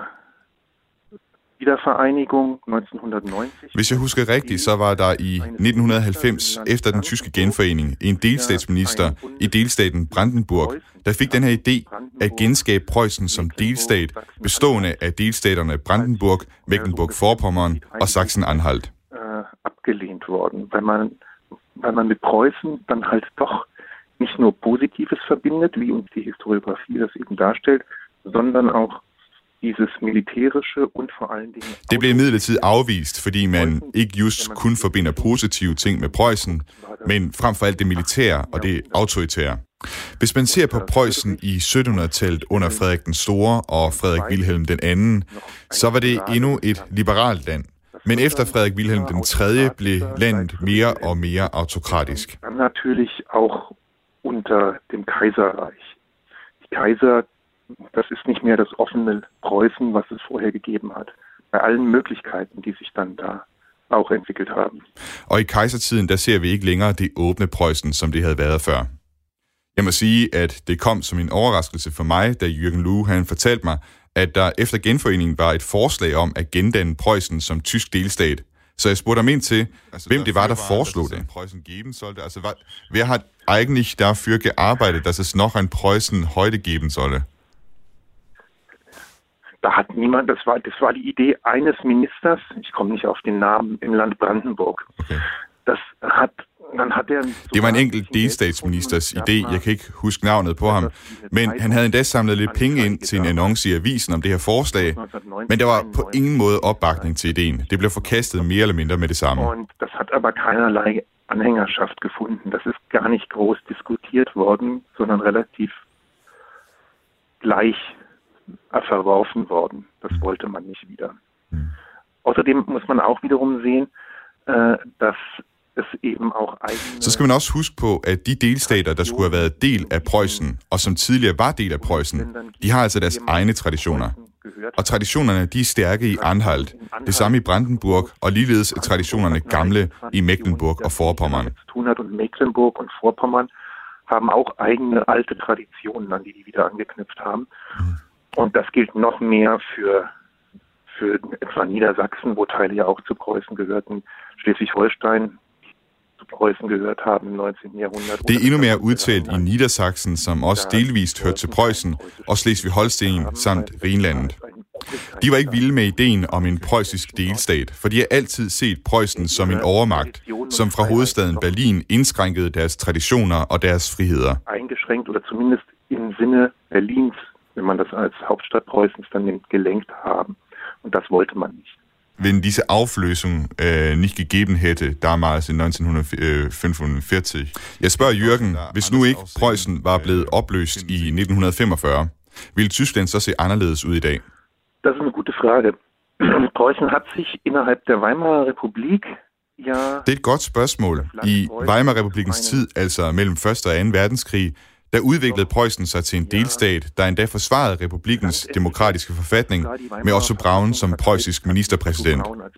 Hvis jeg husker rigtigt, så var der i nitten halvfems, efter den tyske genforening, en delstatsminister i delstaten Brandenburg, der fik den her idé at genskabe Preussen som delstat, bestående af delstaterne Brandenburg, Mecklenburg-Vorpommern og Sachsen-Anhalt. Abgelehnt worden, weil man, weil man mit Preußen dann halt doch nicht nur Positives verbindet, wie uns die Historiografie das eben darstellt, sondern auch Det blev imidlertid afvist, fordi man ikke just kun forbinder positive ting med Preussen, men frem for alt det militære og det autoritære. Hvis man ser på Preussen i syttenhundredetallet under Frederik den Store og Frederik Wilhelm den anden, så var det endnu et liberalt land. Men efter Frederik Wilhelm den tredje blev landet mere og mere autokratisk. Natürlich auch unter dem Kaiserreich. Die Kaiser Das ist nicht mehr das offene Preußen, was es vorher gegeben hat. Bei allen Möglichkeiten, die sich dann da auch entwickelt haben. Og i kejsertiden, der ser vi ikke længere det åbne Preussen, som det havde været før. Jeg må sige, at det kom som en overraskelse for mig, da Jürgen Luh han fortalte mig, at der efter genforeningen var et forslag om at gendanne Preussen som tysk delstat. Så jeg spurgte ham ind til, altså, hvem det var, der foreslog det. Preußen geben sollte. Also, wer hat eigentlich dafür gearbeitet, dass es noch ein Preußen heute geben solle? Da hat niemand, das war, das war die Idee eines Ministers, ich komme nicht auf den Namen, im Land Brandenburg. Okay. Das hat Det var en enkelt delstatsministers idé, jeg kan ikke huske navnet på ham, men han havde endda samlet lidt penge ind til en annonce i avisen om det her forslag, men der var på ingen måde opbakning til ideen. Det blev forkastet mere eller mindre med det samme. Und das hat aber keinerlei Anhängerschaft gefunden. Das ist gar nicht groß diskutiert worden, sondern relativ gleich verworfen worden. Das wollte man nicht wieder. Mhm. Außerdem muss man auch wiederum sehen, äh, dass es eben auch eigene... Så skal man også huske på, at de delstater, der skulle have været del af Preussen, og som tidligere var del af Preussen, de har altså deres egne traditioner. Og traditionerne, de er stærke i Anhalt, det samme i Brandenburg, og ligeledes er traditionerne gamle i Mecklenburg og Vorpommern. Mecklenburg und Vorpommern haben auch eigene alte Traditionen, an die die wieder angeknüpft haben. Und das gilt noch mehr für, für etwa Niedersachsen, wo Teile ja auch zu Preußen gehörten, Schleswig-Holstein zu Preußen gehört haben im neunzehnten Jahrhundert. Det er endnu mere udtalt i Niedersachsen, som også delvist hørte til Preussen, og Slesvig-Holsten samt Rhinlandet. De var ikke vilde med ideen om en preussisk delstat, for de har altid set Preussen som en overmagt, som fra hovedstaden Berlin indskrænkede deres traditioner og deres friheder. Eingeschränkt oder zumindest im Sinne Berlins, wenn man das als Hauptstadt Preußens dann nimmt, gelenkt haben. Und das wollte man nicht. Wenn diese Auflösung äh, nicht gegeben hätte, damals in nitten femogfirs. Jeg spørger Jürgen, hvis nu ikke Preussen var blevet opløst i nitten femogfyrre, ville Tyskland så se anderledes ud i dag? Das ist eine gute Frage. Preußen hat sich innerhalb der Weimarer Republik ja... Det er et godt spørgsmål. I Weimar-republikens tid, altså mellem første og anden verdenskrig, der udviklede Preussen sig til en delstat, der endda forsvarede republikkens demokratiske forfatning med Otto Braun som preussisk ministerpræsident.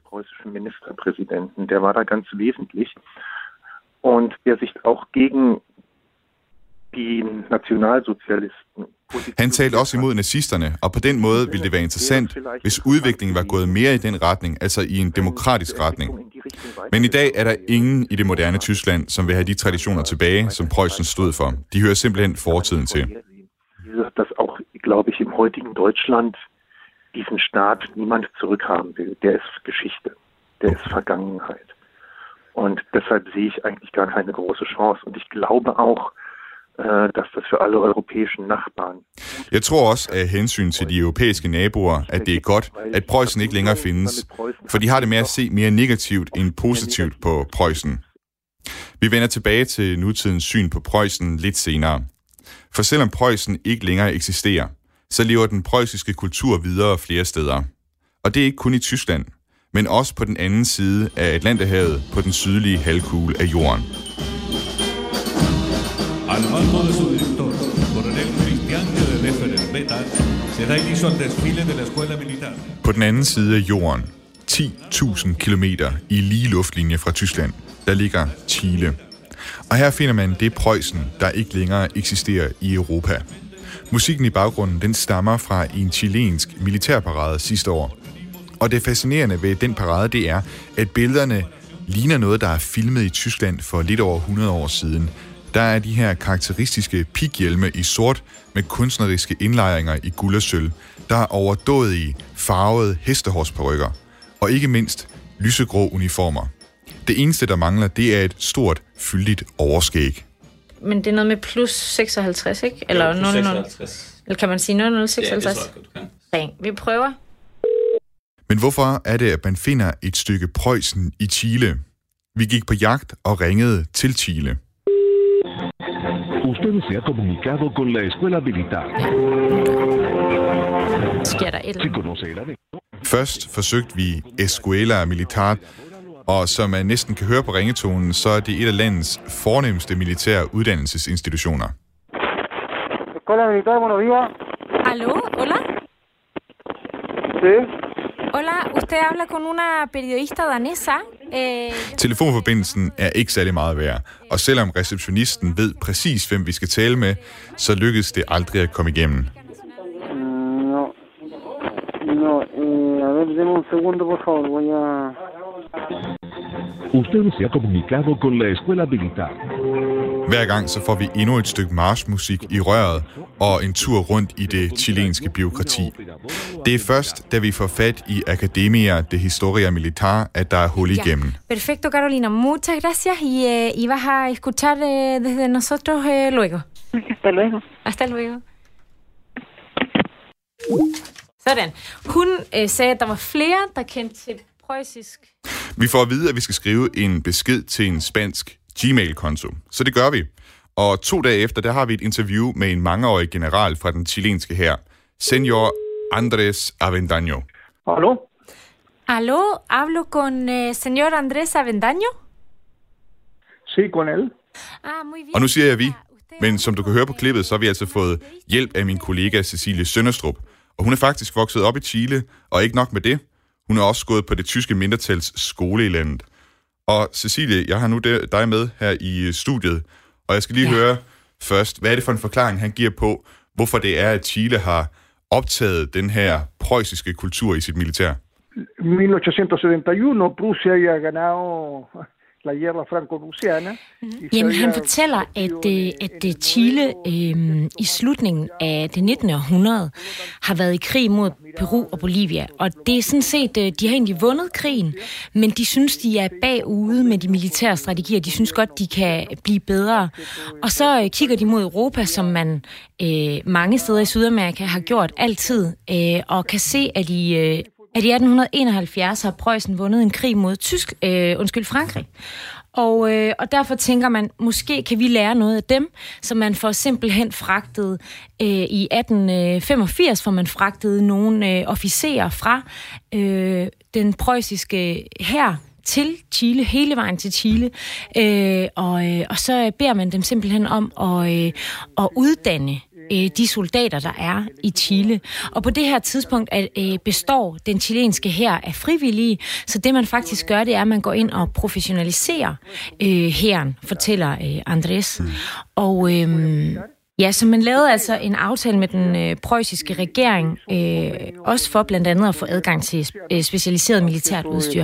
Der var der ganz wesentlich und der sich auch gegen die Nationalsozialisten. Han talte også imod nazisterne, og på den måde ville det være interessant, hvis udviklingen var gået mere i den retning, altså i en demokratisk retning. Men i dag er der ingen i det moderne Tyskland, som vil have de traditioner tilbage, som Preussen stod for. De hører simpelthen fortiden til. Dass auch, glaube ich, im heutigen Deutschland diesen Staat niemand zurückhaben will. Der ist Geschichte, der ist Vergangenheit. Und deshalb sehe ich eigentlich gar keine große Chance. Und ich glaube auch, dass das für alle europæiske nachbarn. Jeg tror også af hensyn til de europæiske naboer, at det er godt, at Preussen ikke længere findes, for de har det med at se mere negativt end positivt på Preussen. Vi vender tilbage til nutidens syn på Preussen lidt senere. For selvom Preussen ikke længere eksisterer, så lever den preussiske kultur videre flere steder. Og det er ikke kun i Tyskland, men også på den anden side af Atlanterhavet på den sydlige halvkugle af jorden. Al mando de su director, coronel Cristian de Lefebvre, se da inicio al desfile de la escuela militar. På den anden side af jorden, ti tusind kilometer i lige luftlinje fra Tyskland, der ligger Chile. Og her finder man det Preussen, der ikke længere eksisterer i Europa. Musikken i baggrunden, den stammer fra en chilensk militærparade sidste år. Og det fascinerende ved den parade, det er, at billederne ligner noget, der er filmet i Tyskland for lidt over hundrede år siden. Der er de her karakteristiske pighjelme i sort med kunstneriske indlejringer i guld og sølv. Der er overdået i farvede hestehårsparykker. Og ikke mindst lysegrå uniformer. Det eneste, der mangler, det er et stort, fyldigt overskæg. Men det er noget med plus seksoghalvtreds, ikke? Eller nul nul. Eller kan man sige nul nul seksoghalvtreds? Ja, det tror jeg, du kan. Vi prøver. Men hvorfor er det, at man finder et stykke Preussen i Chile? Vi gik på jagt og ringede til Chile. Usted se ha comunicado con la escuela militar. Sker der et? Først forsøgte vi Escuela Militar, og som man næsten kan høre på ringetonen, så er det et af landets fornemmeste militære uddannelsesinstitutioner. Escuela Militar, buenos días. Aló, hola. Sí. Hola, usted habla con una periodista danesa. Eh... Telefonforbindelsen er ikke særlig meget værd, og selvom receptionisten ved præcis, hvem vi skal tale med, så lykkedes det aldrig at komme igennem. No, no, eh, a ver, deme un segundo, por favor, voy a... Usted se ha comunicado con la escuela militar. Hver gang så får vi endnu et stykke marchmusik i røret og en tur rundt i det chilenske bureaukrati. Det er først, da vi får fat i Academia de Historia Militar, at der er hul igennem. Ja. Perfecto, Carolina. Muchas gracias y, eh, y vas a escuchar eh, desde nosotros eh, luego. Hasta luego. Hasta luego. Sådan. Hun øh, sagde, at der var flere, der kendte til preussisk. Vi får at vide, at vi skal skrive en besked til en spansk Gmail-konto. Så det gør vi. Og to dage efter, der har vi et interview med en mangeårig general fra den chilenske hær, Señor Andrés Avendaño. Hallo? Hallo, hablo con eh, señor Andrés Avendaño? Sí, con él. Ah, muy bien. Og nu siger jeg vi, men som du kan høre på klippet, så har vi altså fået hjælp af min kollega Cecilie Sønderstrup. Og hun er faktisk vokset op i Chile, og ikke nok med det. Hun er også gået på det tyske mindretals skole i landet. Og Cecilie, jeg har nu dig med her i studiet, og jeg skal lige ja. høre først, hvad er det for en forklaring, han giver på, hvorfor det er, at Chile har optaget den her preussiske kultur i sit militær? milleottocentossettantuno, Prussia har ganado la guerra franco-prussiana. Jamen, han fortæller, at, at Chile øh, i slutningen af det nittende århundrede har været i krig mod Peru og Bolivia. Og det er sådan set, de har egentlig vundet krigen, men de synes, de er bagude med de militære strategier. De synes godt, de kan blive bedre. Og så øh, kigger de mod Europa, som man øh, mange steder i Sydamerika har gjort altid, øh, og kan se, at i... Øh, at i atten enoghalvfjerds har Preussen vundet en krig mod Tysk, øh, undskyld, Frankrig. Og, øh, og derfor tænker man, måske kan vi lære noget af dem, så man får simpelthen fragtet øh, i atten femogfirs, for man fragtede nogle øh, officerer fra øh, den preussiske hær til Chile, hele vejen til Chile, øh, og, øh, og så beder man dem simpelthen om at, øh, at uddanne de soldater, der er i Chile. Og på det her tidspunkt at, øh, består den chilenske hær af frivillige, så det man faktisk gør, det er, at man går ind og professionaliserer øh, hæren, fortæller øh, Andrés. Mm. Og øh, ja, så man lavede altså en aftale med den øh, preussiske regering, øh, også for blandt andet at få adgang til øh, specialiseret militært udstyr.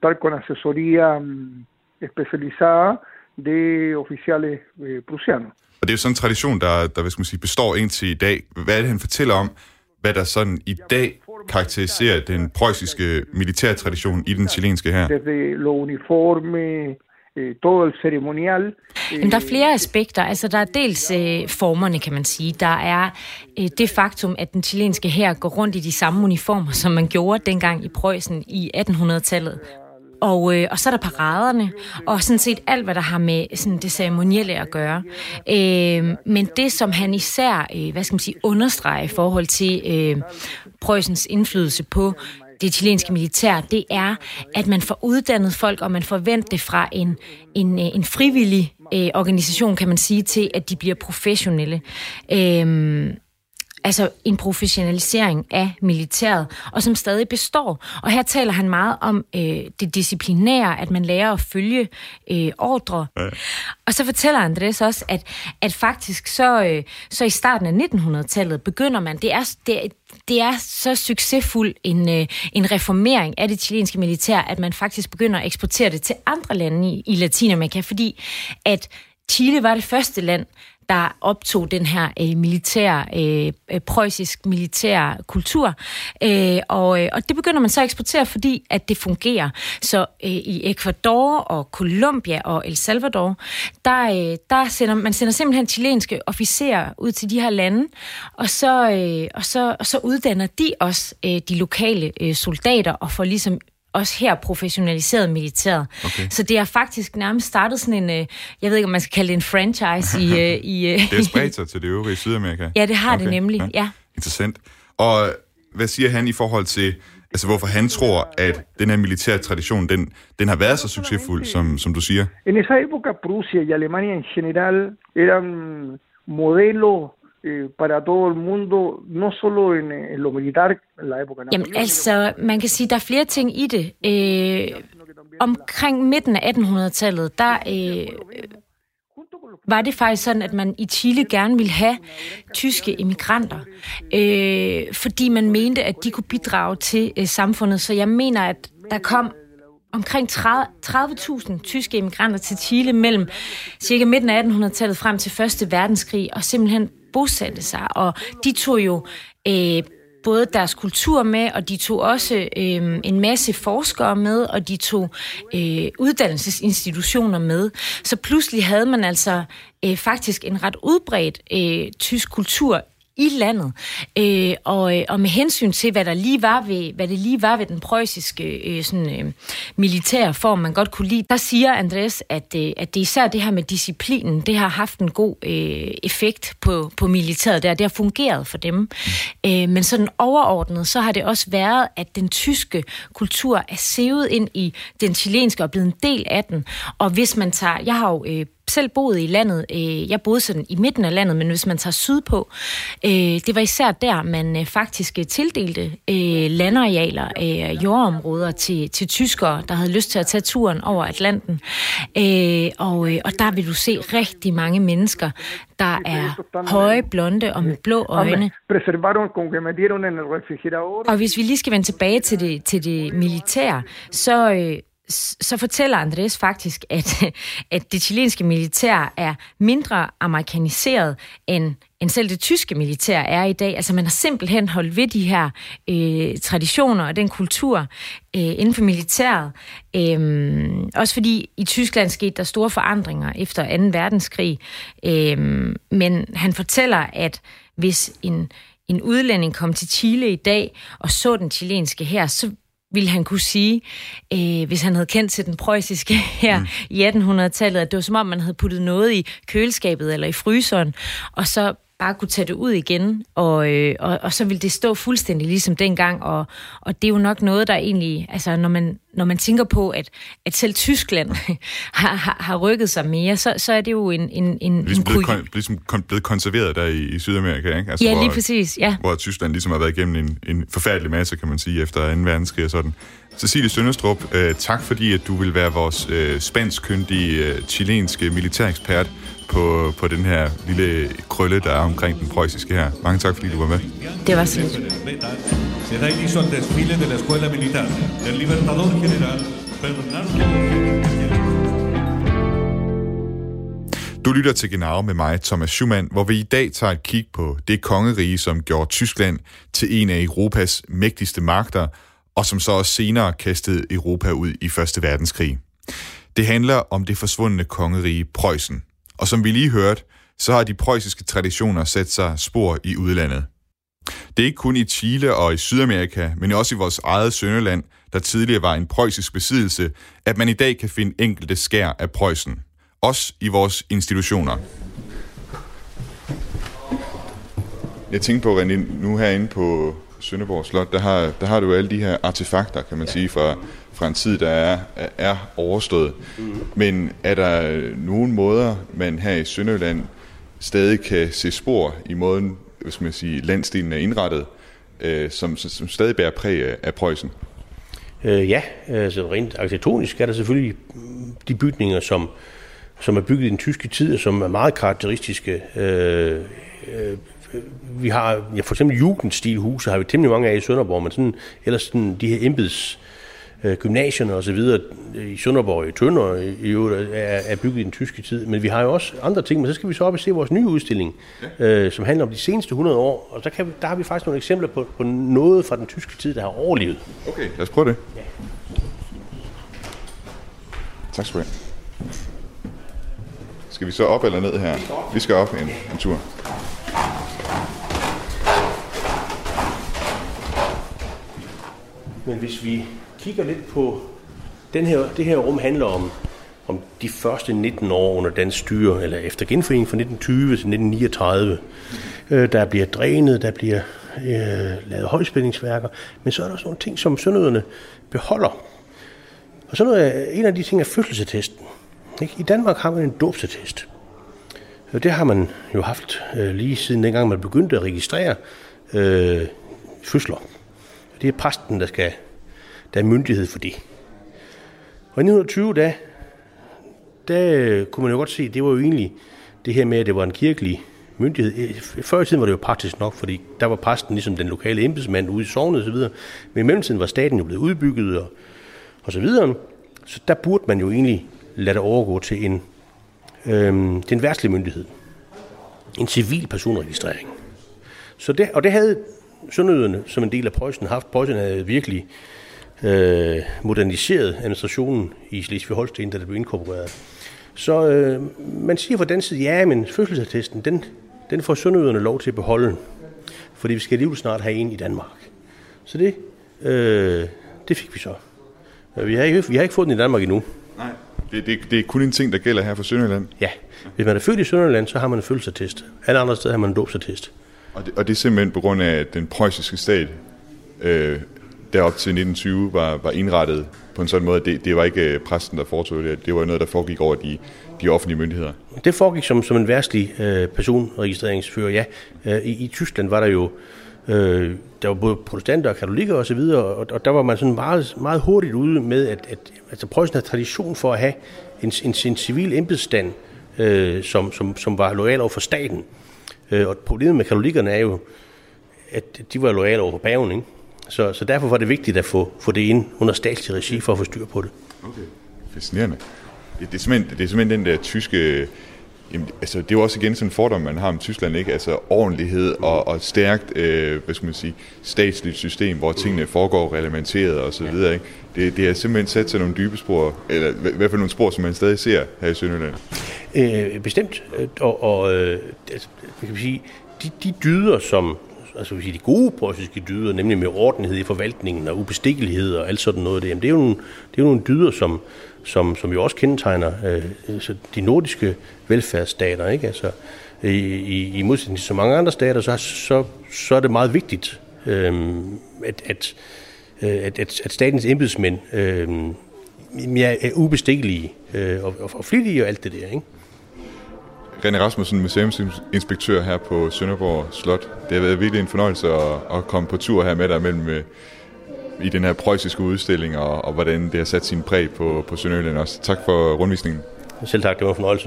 de oficiales eh, prusianos. Og det er jo sådan en tradition, der, der hvad skal man sige, består indtil i dag. Hvad er det, han fortæller om, hvad der sådan i dag karakteriserer den preussiske militærtradition i den chilenske hær? Desde lo uniforme, todo el ceremonial. Jamen, der er flere aspekter. Altså, der er dels øh, formerne, kan man sige. Der er øh, det faktum, at den chilenske hær går rundt i de samme uniformer, som man gjorde dengang i Preussen i attenhundredetallet. Og, øh, og så er der paraderne, og sådan set alt, hvad der har med sådan det ceremonielle at gøre. Øh, men det, som han især, øh, hvad skal man sige, understreger i forhold til øh, Preussens indflydelse på det chilenske militær, det er, at man får uddannet folk, og man forventer det fra en, en, en frivillig øh, organisation, kan man sige, til at de bliver professionelle. Øh, Altså en professionalisering af militæret, og som stadig består. Og her taler han meget om øh, det disciplinære, at man lærer at følge øh, ordre. Ja. Og så fortæller Andrés også, at, at faktisk så, øh, så i starten af nittenhundredetallet begynder man, det er, det, det er så succesfuld en, øh, en reformering af det chilenske militær, at man faktisk begynder at eksportere det til andre lande i, i Latinamerika, fordi at Chile var det første land, der optog den her øh, militær, øh, preussisk militær kultur. Øh, og, øh, og det begynder man så at eksportere, fordi at det fungerer. Så øh, i Ecuador og Colombia og El Salvador, der, øh, der sender man sender simpelthen chilenske officerer ud til de her lande, og så, øh, og så, og så uddanner de også øh, de lokale øh, soldater og får ligesom også her professionaliseret militæret. Okay. Så det har faktisk nærmest startet sådan en, jeg ved ikke, om man skal kalde det en franchise i... i det er spredt sig til det øvrige Sydamerika. Ja, det har okay. det nemlig, ja. ja. Interessant. Og hvad siger han i forhold til, altså hvorfor han tror, at den her militære tradition, den, den har været så succesfuld, som, som du siger? En esa época, Prusia y Alemania en general eran modelo para todo el mundo, no solo en, en lo militar, en la época napoleónica. Jamen altså, man kan sige, der er flere ting i det. Øh, omkring midten af attenhundredetallet, der øh, var det faktisk sådan, at man i Chile gerne ville have tyske immigranter, øh, fordi man mente, at de kunne bidrage til øh, samfundet. Så jeg mener, at der kom omkring tredive tusind tyske immigranter til Chile mellem cirka midten af attenhundredetallet frem til første verdenskrig, og simpelthen bosatte sig, og de tog jo øh, både deres kultur med, og de tog også øh, en masse forskere med, og de tog øh, uddannelsesinstitutioner med. Så pludselig havde man altså øh, faktisk en ret udbredt øh, tysk kultur i landet, øh, og, og med hensyn til, hvad der lige var ved, hvad det lige var ved den preussiske øh, sådan, øh, militære form, man godt kunne lide, der siger Andreas, at, øh, at det især det her med disciplinen, det har haft en god øh, effekt på, på militæret der. Det har fungeret for dem. Øh, men sådan overordnet, så har det også været, at den tyske kultur er sevet ind i den chilenske og blevet en del af den. Og hvis man tager, jeg har jo øh, selv boet i landet. Jeg boede sådan i midten af landet, men hvis man tager sydpå, det var især der, man faktisk tildelte landarealer, jordområder til, til tyskere, der havde lyst til at tage turen over Atlanten. Og, og der vil du se rigtig mange mennesker, der er høje, blonde og med blå øjne. Og hvis vi lige skal vende tilbage til det, til det militære, så... så fortæller Andrés faktisk, at, at det chilenske militær er mindre amerikaniseret end, end selv det tyske militær er i dag. Altså man har simpelthen holdt ved de her øh, traditioner og den kultur øh, inden for militæret. Øh, også fordi i Tyskland skete der store forandringer efter anden verdenskrig. Øh, men han fortæller, at hvis en, en udlænding kom til Chile i dag og så den chilenske hær, så ville han kunne sige, øh, hvis han havde kendt til den preussiske her mm. i attenhundredetallet, at det var som om, man havde puttet noget i køleskabet eller i fryseren, og så bare kunne tage det ud igen, og, øh, og, og så ville det stå fuldstændig ligesom dengang, og, og det er jo nok noget, der egentlig, altså når man, når man tænker på, at, at selv Tyskland har, har, har rykket sig mere, så, så er det jo en... en, en ligesom, en blevet, kon, ligesom kon, blevet konserveret der i, i Sydamerika, ikke? Altså, ja, lige hvor, præcis, ja. Hvor Tyskland ligesom har været igennem en, en forfærdelig masse, kan man sige, efter anden verdenskrig og sådan. Cecilie Sønderstrup, øh, tak fordi, at du vil være vores øh, spanskkyndige, øh, chilenske militærekspert på, på den her lille krølle, der er omkring den preussiske her. Mange tak, fordi du var med. Det var så lidt. Se da inicio al desfile de la escuela militar. El libertador general Bernardo. Du lytter til Genau med mig, Thomas Schumann, hvor vi i dag tager et kig på det kongerige, som gjorde Tyskland til en af Europas mægtigste magter, og som så også senere kastede Europa ud i Første Verdenskrig. Det handler om det forsvundne kongerige Preussen. Og som vi lige hørte, så har de preussiske traditioner sat sig spor i udlandet. Det er ikke kun i Chile og i Sydamerika, men også i vores eget Sønderland, der tidligere var en preussisk besiddelse, at man i dag kan finde enkelte skær af Preussen. Også i vores institutioner. Jeg tænkte på, René, nu herinde på Sønderborg Slot, der har, der har du alle de her artefakter, kan man sige, fra, fra en tid, der er, er overstået. Mm. Men er der nogen måder, man her i Sønderland stadig kan se spor i måden, hvad skal man sige, landsdelen er indrettet, øh, som, som stadig bærer præg af, af Preussen? Øh, ja, altså rent arkitektonisk er der selvfølgelig de bygninger, som, som er bygget i den tyske tid, som er meget karakteristiske. Øh, øh, vi har, ja, for eksempel jugendstilhuse har vi temmelig mange af i Sønderborg, men sådan, ellers sådan, de her embeds øh, gymnasierne og så videre i Sønderborg, i Tønder, i øvrigt, er, er bygget i den tyske tid. Men vi har jo også andre ting, men så skal vi så op og se vores nye udstilling, øh, som handler om de seneste hundrede år, og der, kan vi, der har vi faktisk nogle eksempler på, på noget fra den tyske tid, der har overlevet. Okay, lad os prøve det. Ja. Tak skal du have. Skal vi så op eller ned her? Vi skal op en, en tur. Men hvis vi kigger lidt på den her, det her rum handler om, om de første nitten år under dansk styre, eller efter genforeningen fra nitten tyve til nitten niogtredive. Øh, der bliver drænet, der bliver øh, lavet højspændingsværker, men så er der også nogle ting, som sønderjyderne beholder. Og så noget, en af de ting er fødselsattesten. I Danmark har man en dåbsattest. Det har man jo haft øh, lige siden dengang, man begyndte at registrere øh, fødsler. Det er præsten, der skal der er myndighed for det. Og i nitten tyve, der, der kunne man jo godt se, det var jo egentlig det her med, at det var en kirkelig myndighed. Før i tiden var det jo praktisk nok, fordi der var præsten ligesom den lokale embedsmand ude i sognet og så videre. Men i mellemtiden var staten jo blevet udbygget og, og så videre. Så der burde man jo egentlig lade det overgå til en, øhm, til en verdslig myndighed. En civil personregistrering. Så det, og det havde sønderjyderne som en del af Preussen haft. Preussen havde virkelig øh, moderniseret administrationen i Slesvig-Holsten, da det blev inkorporeret. Så øh, man siger fra den side, ja, men fødselsattesten, den, den får sønderjyderne lov til at beholde, fordi vi skal alligevel snart have en i Danmark. Så det, øh, det fik vi så. Vi har, ikke, vi har ikke fået den i Danmark endnu. Nej, det, det, det er kun en ting, der gælder her for Sønderjylland. Ja, hvis man er født i Sønderjylland, så har man en fødselsattest. Alle andre steder har man en dåbsattest. Og det, og det er simpelthen på grund af, at den preussiske stat øh, derop til nitten tyve var, var indrettet på en sådan måde, at det, det var ikke præsten, der foretog det. Det var noget, der foregik over de, de offentlige myndigheder. Det foregik som, som en værtslig øh, personregistreringsfører, ja. Øh, i, I Tyskland var der jo øh, der var både protestanter og katolikker og så videre, og, og der var man sådan meget, meget hurtigt ude med, at, at altså Preussen havde tradition for at have en, en, en civil embedsstand, øh, som, som, som var loyal over for staten. Øh, og problemet med katolikkerne er jo, at de var loyale over for paven, ikke? Så, så derfor var det vigtigt at få, få det ind under statslig regi for at få styr på det. Okay, fascinerende. Det, det, er simpelthen, det er simpelthen den der tyske... Jamen, altså, det er jo også igen sådan en fordom, man har om Tyskland, ikke? Altså ordentlighed og, og et stærkt, øh, hvad skal man sige, statsligt system, hvor tingene foregår reglementeret og så videre, ikke? Det, det er simpelthen sat til nogle dybe spor, eller i hvert fald nogle spor, som man stadig ser her i Sønderjylland. Øh, bestemt. Og, og øh, altså, kan man sige, de, de dyder, som, altså de gode preussiske dyder, nemlig med ordentlighed i forvaltningen og ubestikkelighed og alt sådan noget, det, jamen, det er jo nogle, det er jo nogle dyder, som Som, som jo også kendetegner øh, de nordiske velfærdsstater, ikke? Altså, i, i, i modsætning til så mange andre stater, så, så, så er det meget vigtigt, øh, at, at, at, at, at statens embedsmænd øh, er ubestikkelige øh, og, og, og flittige og alt det der, ikke? René Rasmussen, museumsinspektør her på Sønderborg Slot. Det har været virkelig en fornøjelse at, at komme på tur her med dig mellem i den her preussiske udstilling, og, og hvordan det har sat sin præg på, på Sønderjylland også. Tak for rundvisningen. Selv tak, det var en fornøjelse.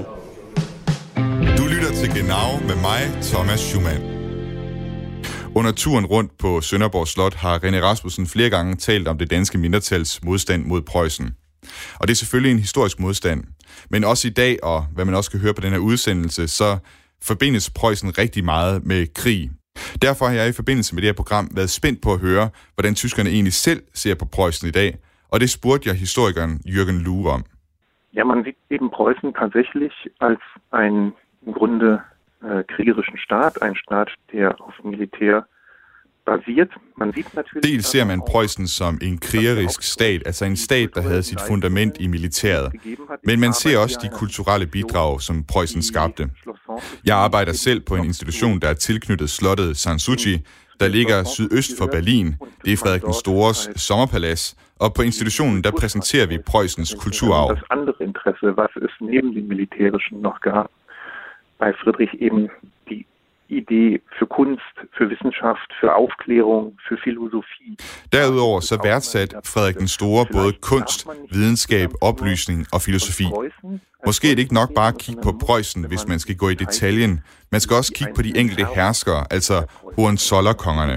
Du lytter til Genau med mig, Thomas Schumann. Under turen rundt på Sønderborg Slot har René Rasmussen flere gange talt om det danske mindretals modstand mod Preussen. Og det er selvfølgelig en historisk modstand. Men også i dag, og hvad man også kan høre på den her udsendelse, så forbindes Preussen rigtig meget med krig. Derfor har jeg i forbindelse med det her program været spændt på at høre, hvordan tyskerne egentlig selv ser på Preussen i dag, og det spurgte jeg historikeren Jürgen Luh om. Ja, man sieht eben Preußen tatsächlich als einen im Grunde äh, kriegerischen Staat, ein Staat, der auf Militär basiert. Man sieht natürlich... Dels ser man Preussen som en krigerisk stat, altså en stat, der havde sit fundament i militæret. Men man ser også de kulturelle bidrag, som Preussen skabte. Jeg arbejder selv på en institution, der er tilknyttet slottet Sanssouci, der ligger sydøst for Berlin. Det er Frederik den Stores sommerpalads, og på institutionen, der præsenterer vi Preussens kulturarv. Das andere Interesse, was es neben dem Militärischen noch gab, bei Friedrich eben die Idee für Kunst, für Wissenschaft, für Aufklärung, für Philosophie. Derudover så værdsat Frederik den Store både kunst, videnskab, oplysning og filosofi. Måske er det ikke nok bare at kigge på Preussen, hvis man skal gå i detaljen. Man skal også kigge på de enkelte herskere, altså Hohenzollern-kongerne.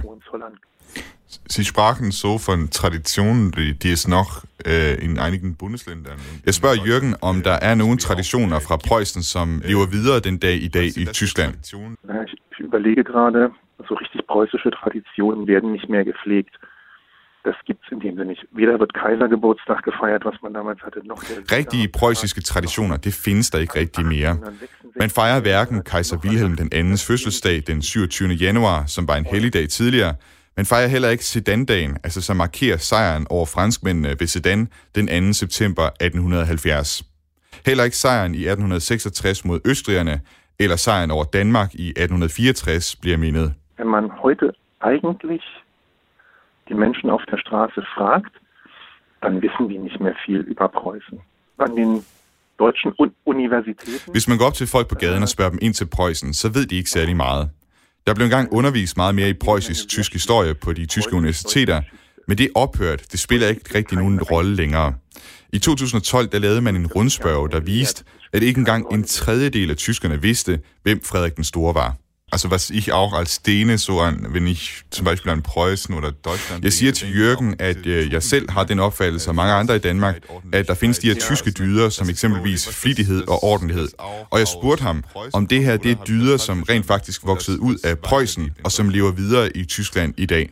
Sie sprachen so von Traditionen, die es noch äh, in einigen Bundesländern. Jeg spørger Jürgen, om der er nogle traditioner fra Preussen, som lever videre den dag i dag i Tyskland. Ich überlege gerade, so richtig preußische Traditionen werden nicht mehr gepflegt. Das gibt's in dem Sinne nicht. Weder wird Kaisergeburtstag gefeiert, was man damals hatte, noch... Rigtige preussiske traditioner, det findes der ikke rigtig mere. Man fejrer hverken kejser Wilhelm den andens fødselsdag den syvogtyvende januar, som var en helligdag tidligere. Man fejrer heller ikke Sedan-dagen, altså som markerer sejren over franskmændene ved Sedan den anden september atten halvfjerds. Heller ikke sejren i atten seksogtres mod østrigerne, eller sejren over Danmark i atten fireogtres bliver mindet. Wenn man heute eigentlich die Menschen auf der Straße fragt, dann wissen die nicht mehr viel über Preußen. An den deutschen Universitäten... Hvis man går op til folk på gaden og spørger dem ind til Preussen, så ved de ikke særlig meget. Der blev engang undervist meget mere i preussisk-tysk historie på de tyske universiteter, men det er ophørt. Det spiller ikke rigtig nogen rolle længere. I to tusind og tolv der lavede man en rundspørge, der viste, at ikke engang en tredjedel af tyskerne vidste, hvem Frederik den Store var. Also was ich auch als Däne so an, wenn ich zum Beispiel an Preußen oder Deutschland... Jeg siger til Jürgen, at øh, jeg selv har den opfattelse, og mange andre i Danmark, at der findes de her tyske dyder, som eksempelvis flittighed og ordentlighed. Og jeg spurgte ham, om det her det er dyder, som rent faktisk voksede ud af Preußen, og som lever videre i Tyskland i dag.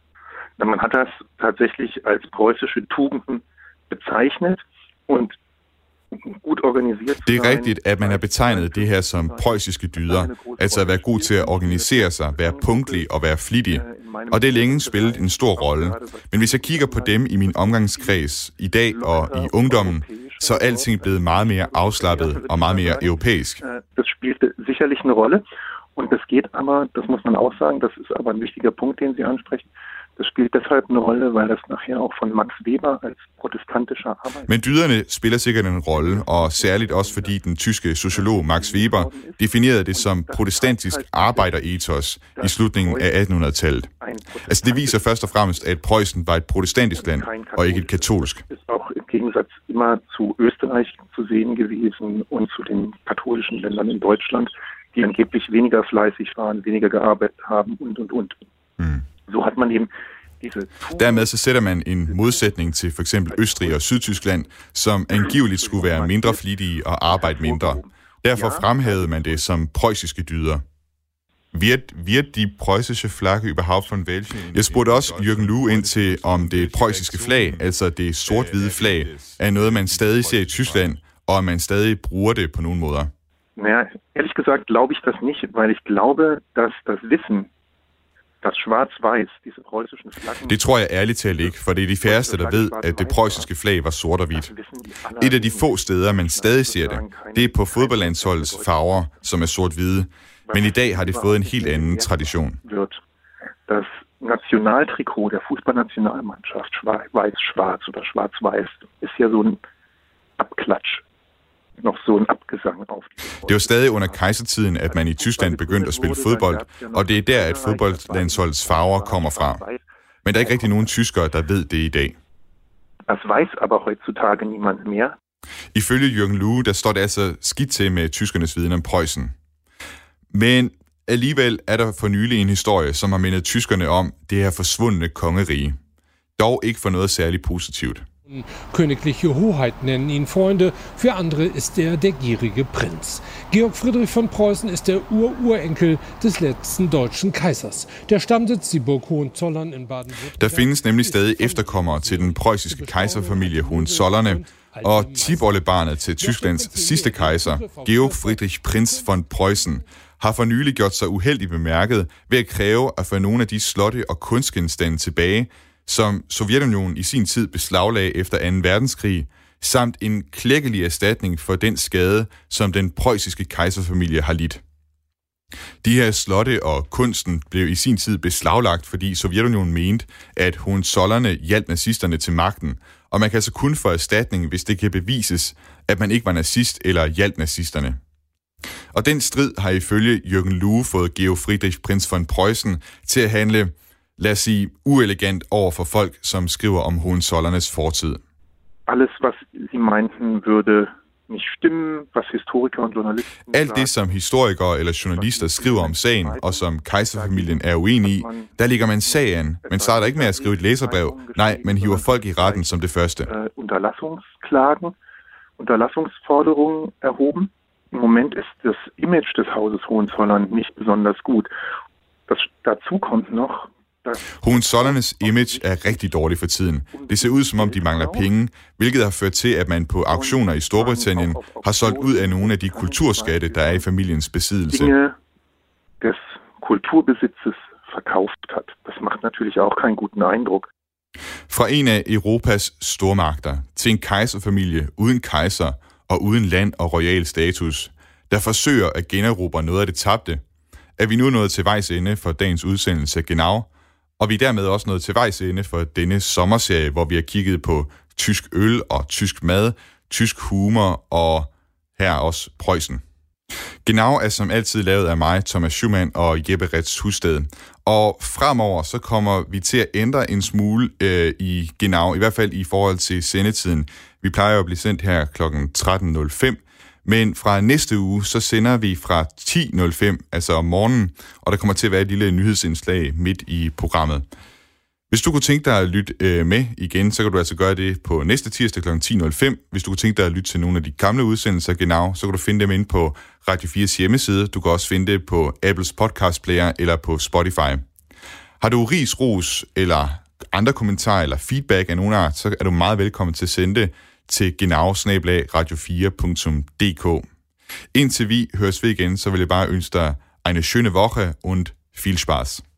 Man hat das tatsächlich als preußische Tugenden bezeichnet und gut organiseret. Det er rigtigt, at man har betegnet det her som preussiske dyder, altså at være god til at organisere sig, være punktlig og være flittig. Og det er længe spillet en stor rolle. Men hvis jeg kigger på dem i min omgangskreds i dag og i ungdommen, så er alting blevet meget mere afslappet og meget mere europæisk. Das spielte sicherlich eine Rolle. Und das geht aber, das muss man auch sagen, das ist aber ein wichtiger Punkt, den Sie ansprechen. Das spielt deshalb eine Rolle, weil das nachher auch von Max Weber als protestantischer Arbeiter... Men dyderne spiller sikkert en rolle, og særligt også fordi den tyske sociolog Max Weber definerede det som protestantisk arbejderethos i slutningen af attenhundredetallet. Altså det viser først og fremmest, at Preußen var et protestantisk land, og ikke et katolsk. Ist auch im Gegensatz immer zu Österreich zu sehen gewesen und zu den katholischen Ländern in Deutschland, die angeblich weniger fleißig waren, weniger gearbeitet haben und, und, und. Mm. Så har man eben disse... Dermed så sætter man en modsætning til for eksempel Østrig og Sydtyskland, som angiveligt skulle være mindre flittige og arbejde mindre. Derfor fremhævede man det som preussiske dyder. Wird, wird die preußische Flagge überhaupt von welchen? Jeg spurgte også Jürgen Luh ind til, om det preussiske flag, altså det sort-hvide flag, er noget, man stadig ser i Tyskland, og om man stadig bruger det på nogle måder. Naja, ehrlich gesagt glaube ich das nicht, weil ich glaube, dass das Wissen, das Schwarz-Weiß, diese preußischen Flaggen... Det tror jeg ærligt talt ikke, for det er de færreste, der ved, at det preussiske flag var sort og hvidt. Et af de få steder, man stadig ser det, det er på fodboldlandsholdets farver, som er sort-hvide. Men i dag har det fået en helt anden tradition. Das Nationaltrikot der Fußballnationalmannschaft, weiß-schwarz oder schwarz-weiß, ist ja so ein Abklatsch. Noch so en abgesang auf. Det var stadig under kejsertiden, at man i Tyskland begyndte at spille fodbold, og det er der, at fodboldlandsholdets farver kommer fra. Men der er ikke rigtig nogen tyskere, der ved det i dag. Das weiß aber heutzutage niemand mehr. Ifølge Jürgen Luh, der står det altså skidt til med tyskernes viden om Preußen. Men alligevel er der for nylig en historie, som har mindet tyskerne om det her forsvundne kongerige. Dog ikke for noget særligt positivt. Königliche Hoheit nennen ihn Freunde, für andere ist er der gierige Prinz. Georg Friedrich von Preußen ist der Ur-Urenkel des letzten deutschen Kaisers. Der Stammsitz i Burg Hohenzollern in Baden-Württemberg. Der findes nemlig stadig efterkommere til den preussiske kejserfamilie Hohenzollerne, og tipoldebarnet til Tysklands sidste kejser, Georg Friedrich Prinz von Preußen, har for nylig gjort sig uheldigt bemærket ved at kræve at få nogle af de slotte og kunstgenstande tilbage, som Sovjetunionen i sin tid beslaglagde efter anden verdenskrig, samt en klækkelig erstatning for den skade, som den preussiske kejserfamilie har lidt. De her slotte og kunsten blev i sin tid beslaglagt, fordi Sovjetunionen mente, at Hohenzollerne hjalp nazisterne til magten, og man kan altså kun få erstatning, hvis det kan bevises, at man ikke var nazist eller hjalp nazisterne. Og den strid har ifølge Jürgen Luh fået Georg Friedrich Prinz von Preußen til at handle, lad os sige, uelegant over for folk, som skriver om Hohenzollernes fortid. Alles, was Sie meinten, würde nicht stimmen, was Historiker und Journalisten... Alt det, som historikere eller journalister skriver om sagen, og som kejserfamilien er uenig i, der ligger man sag an, men så er der ikke med at skrive et læserbrev. Nej, man hiver folk i retten som det første. Unterlassungsklagen, Unterlassungsforderungen erhoben. Im Moment ist das Image des Hauses Hohenzollern nicht besonders gut. Das, dazu kommt noch... Hohenzollernes image er rigtig dårligt for tiden. Det ser ud, som om de mangler penge, hvilket har ført til, at man på auktioner i Storbritannien har solgt ud af nogle af de kulturskatte, der er i familiens besiddelse. Dinge des Kulturbesitzes verkauft hat. Das macht natürlich auch keinen guten Eindruck. Fra en af Europas stormagter til en kejserfamilie uden kejser og uden land og royal status, der forsøger at generobre noget af det tabte, er vi nu nået til vejs ende for dagens udsendelse Genau, og vi er dermed også nået til vejs ende for denne sommerserie, hvor vi har kigget på tysk øl og tysk mad, tysk humor og her også Preußen. Genau er som altid lavet af mig, Thomas Schumann og Jeppe Retz Husted. Og fremover så kommer vi til at ændre en smule øh, i Genau, i hvert fald i forhold til sendetiden. Vi plejer at blive sendt her klokken tretten nul fem, Men fra næste uge, så sender vi fra ti nul fem, altså om morgenen, og der kommer til at være et lille nyhedsindslag midt i programmet. Hvis du kunne tænke dig at lytte øh, med igen, så kan du altså gøre det på næste tirsdag kl. ti nul fem. Hvis du kunne tænke dig at lytte til nogle af de gamle udsendelser genau, så kan du finde dem inde på Radio fires hjemmeside. Du kan også finde det på Apples podcast player eller på Spotify. Har du ris, ros eller andre kommentarer eller feedback af nogen art, så er du meget velkommen til at sende det til genau bindestreg radio fire punktum d k. Indtil vi høres ved igen, så vil jeg bare ønske dig eine schöne Woche und viel Spaß.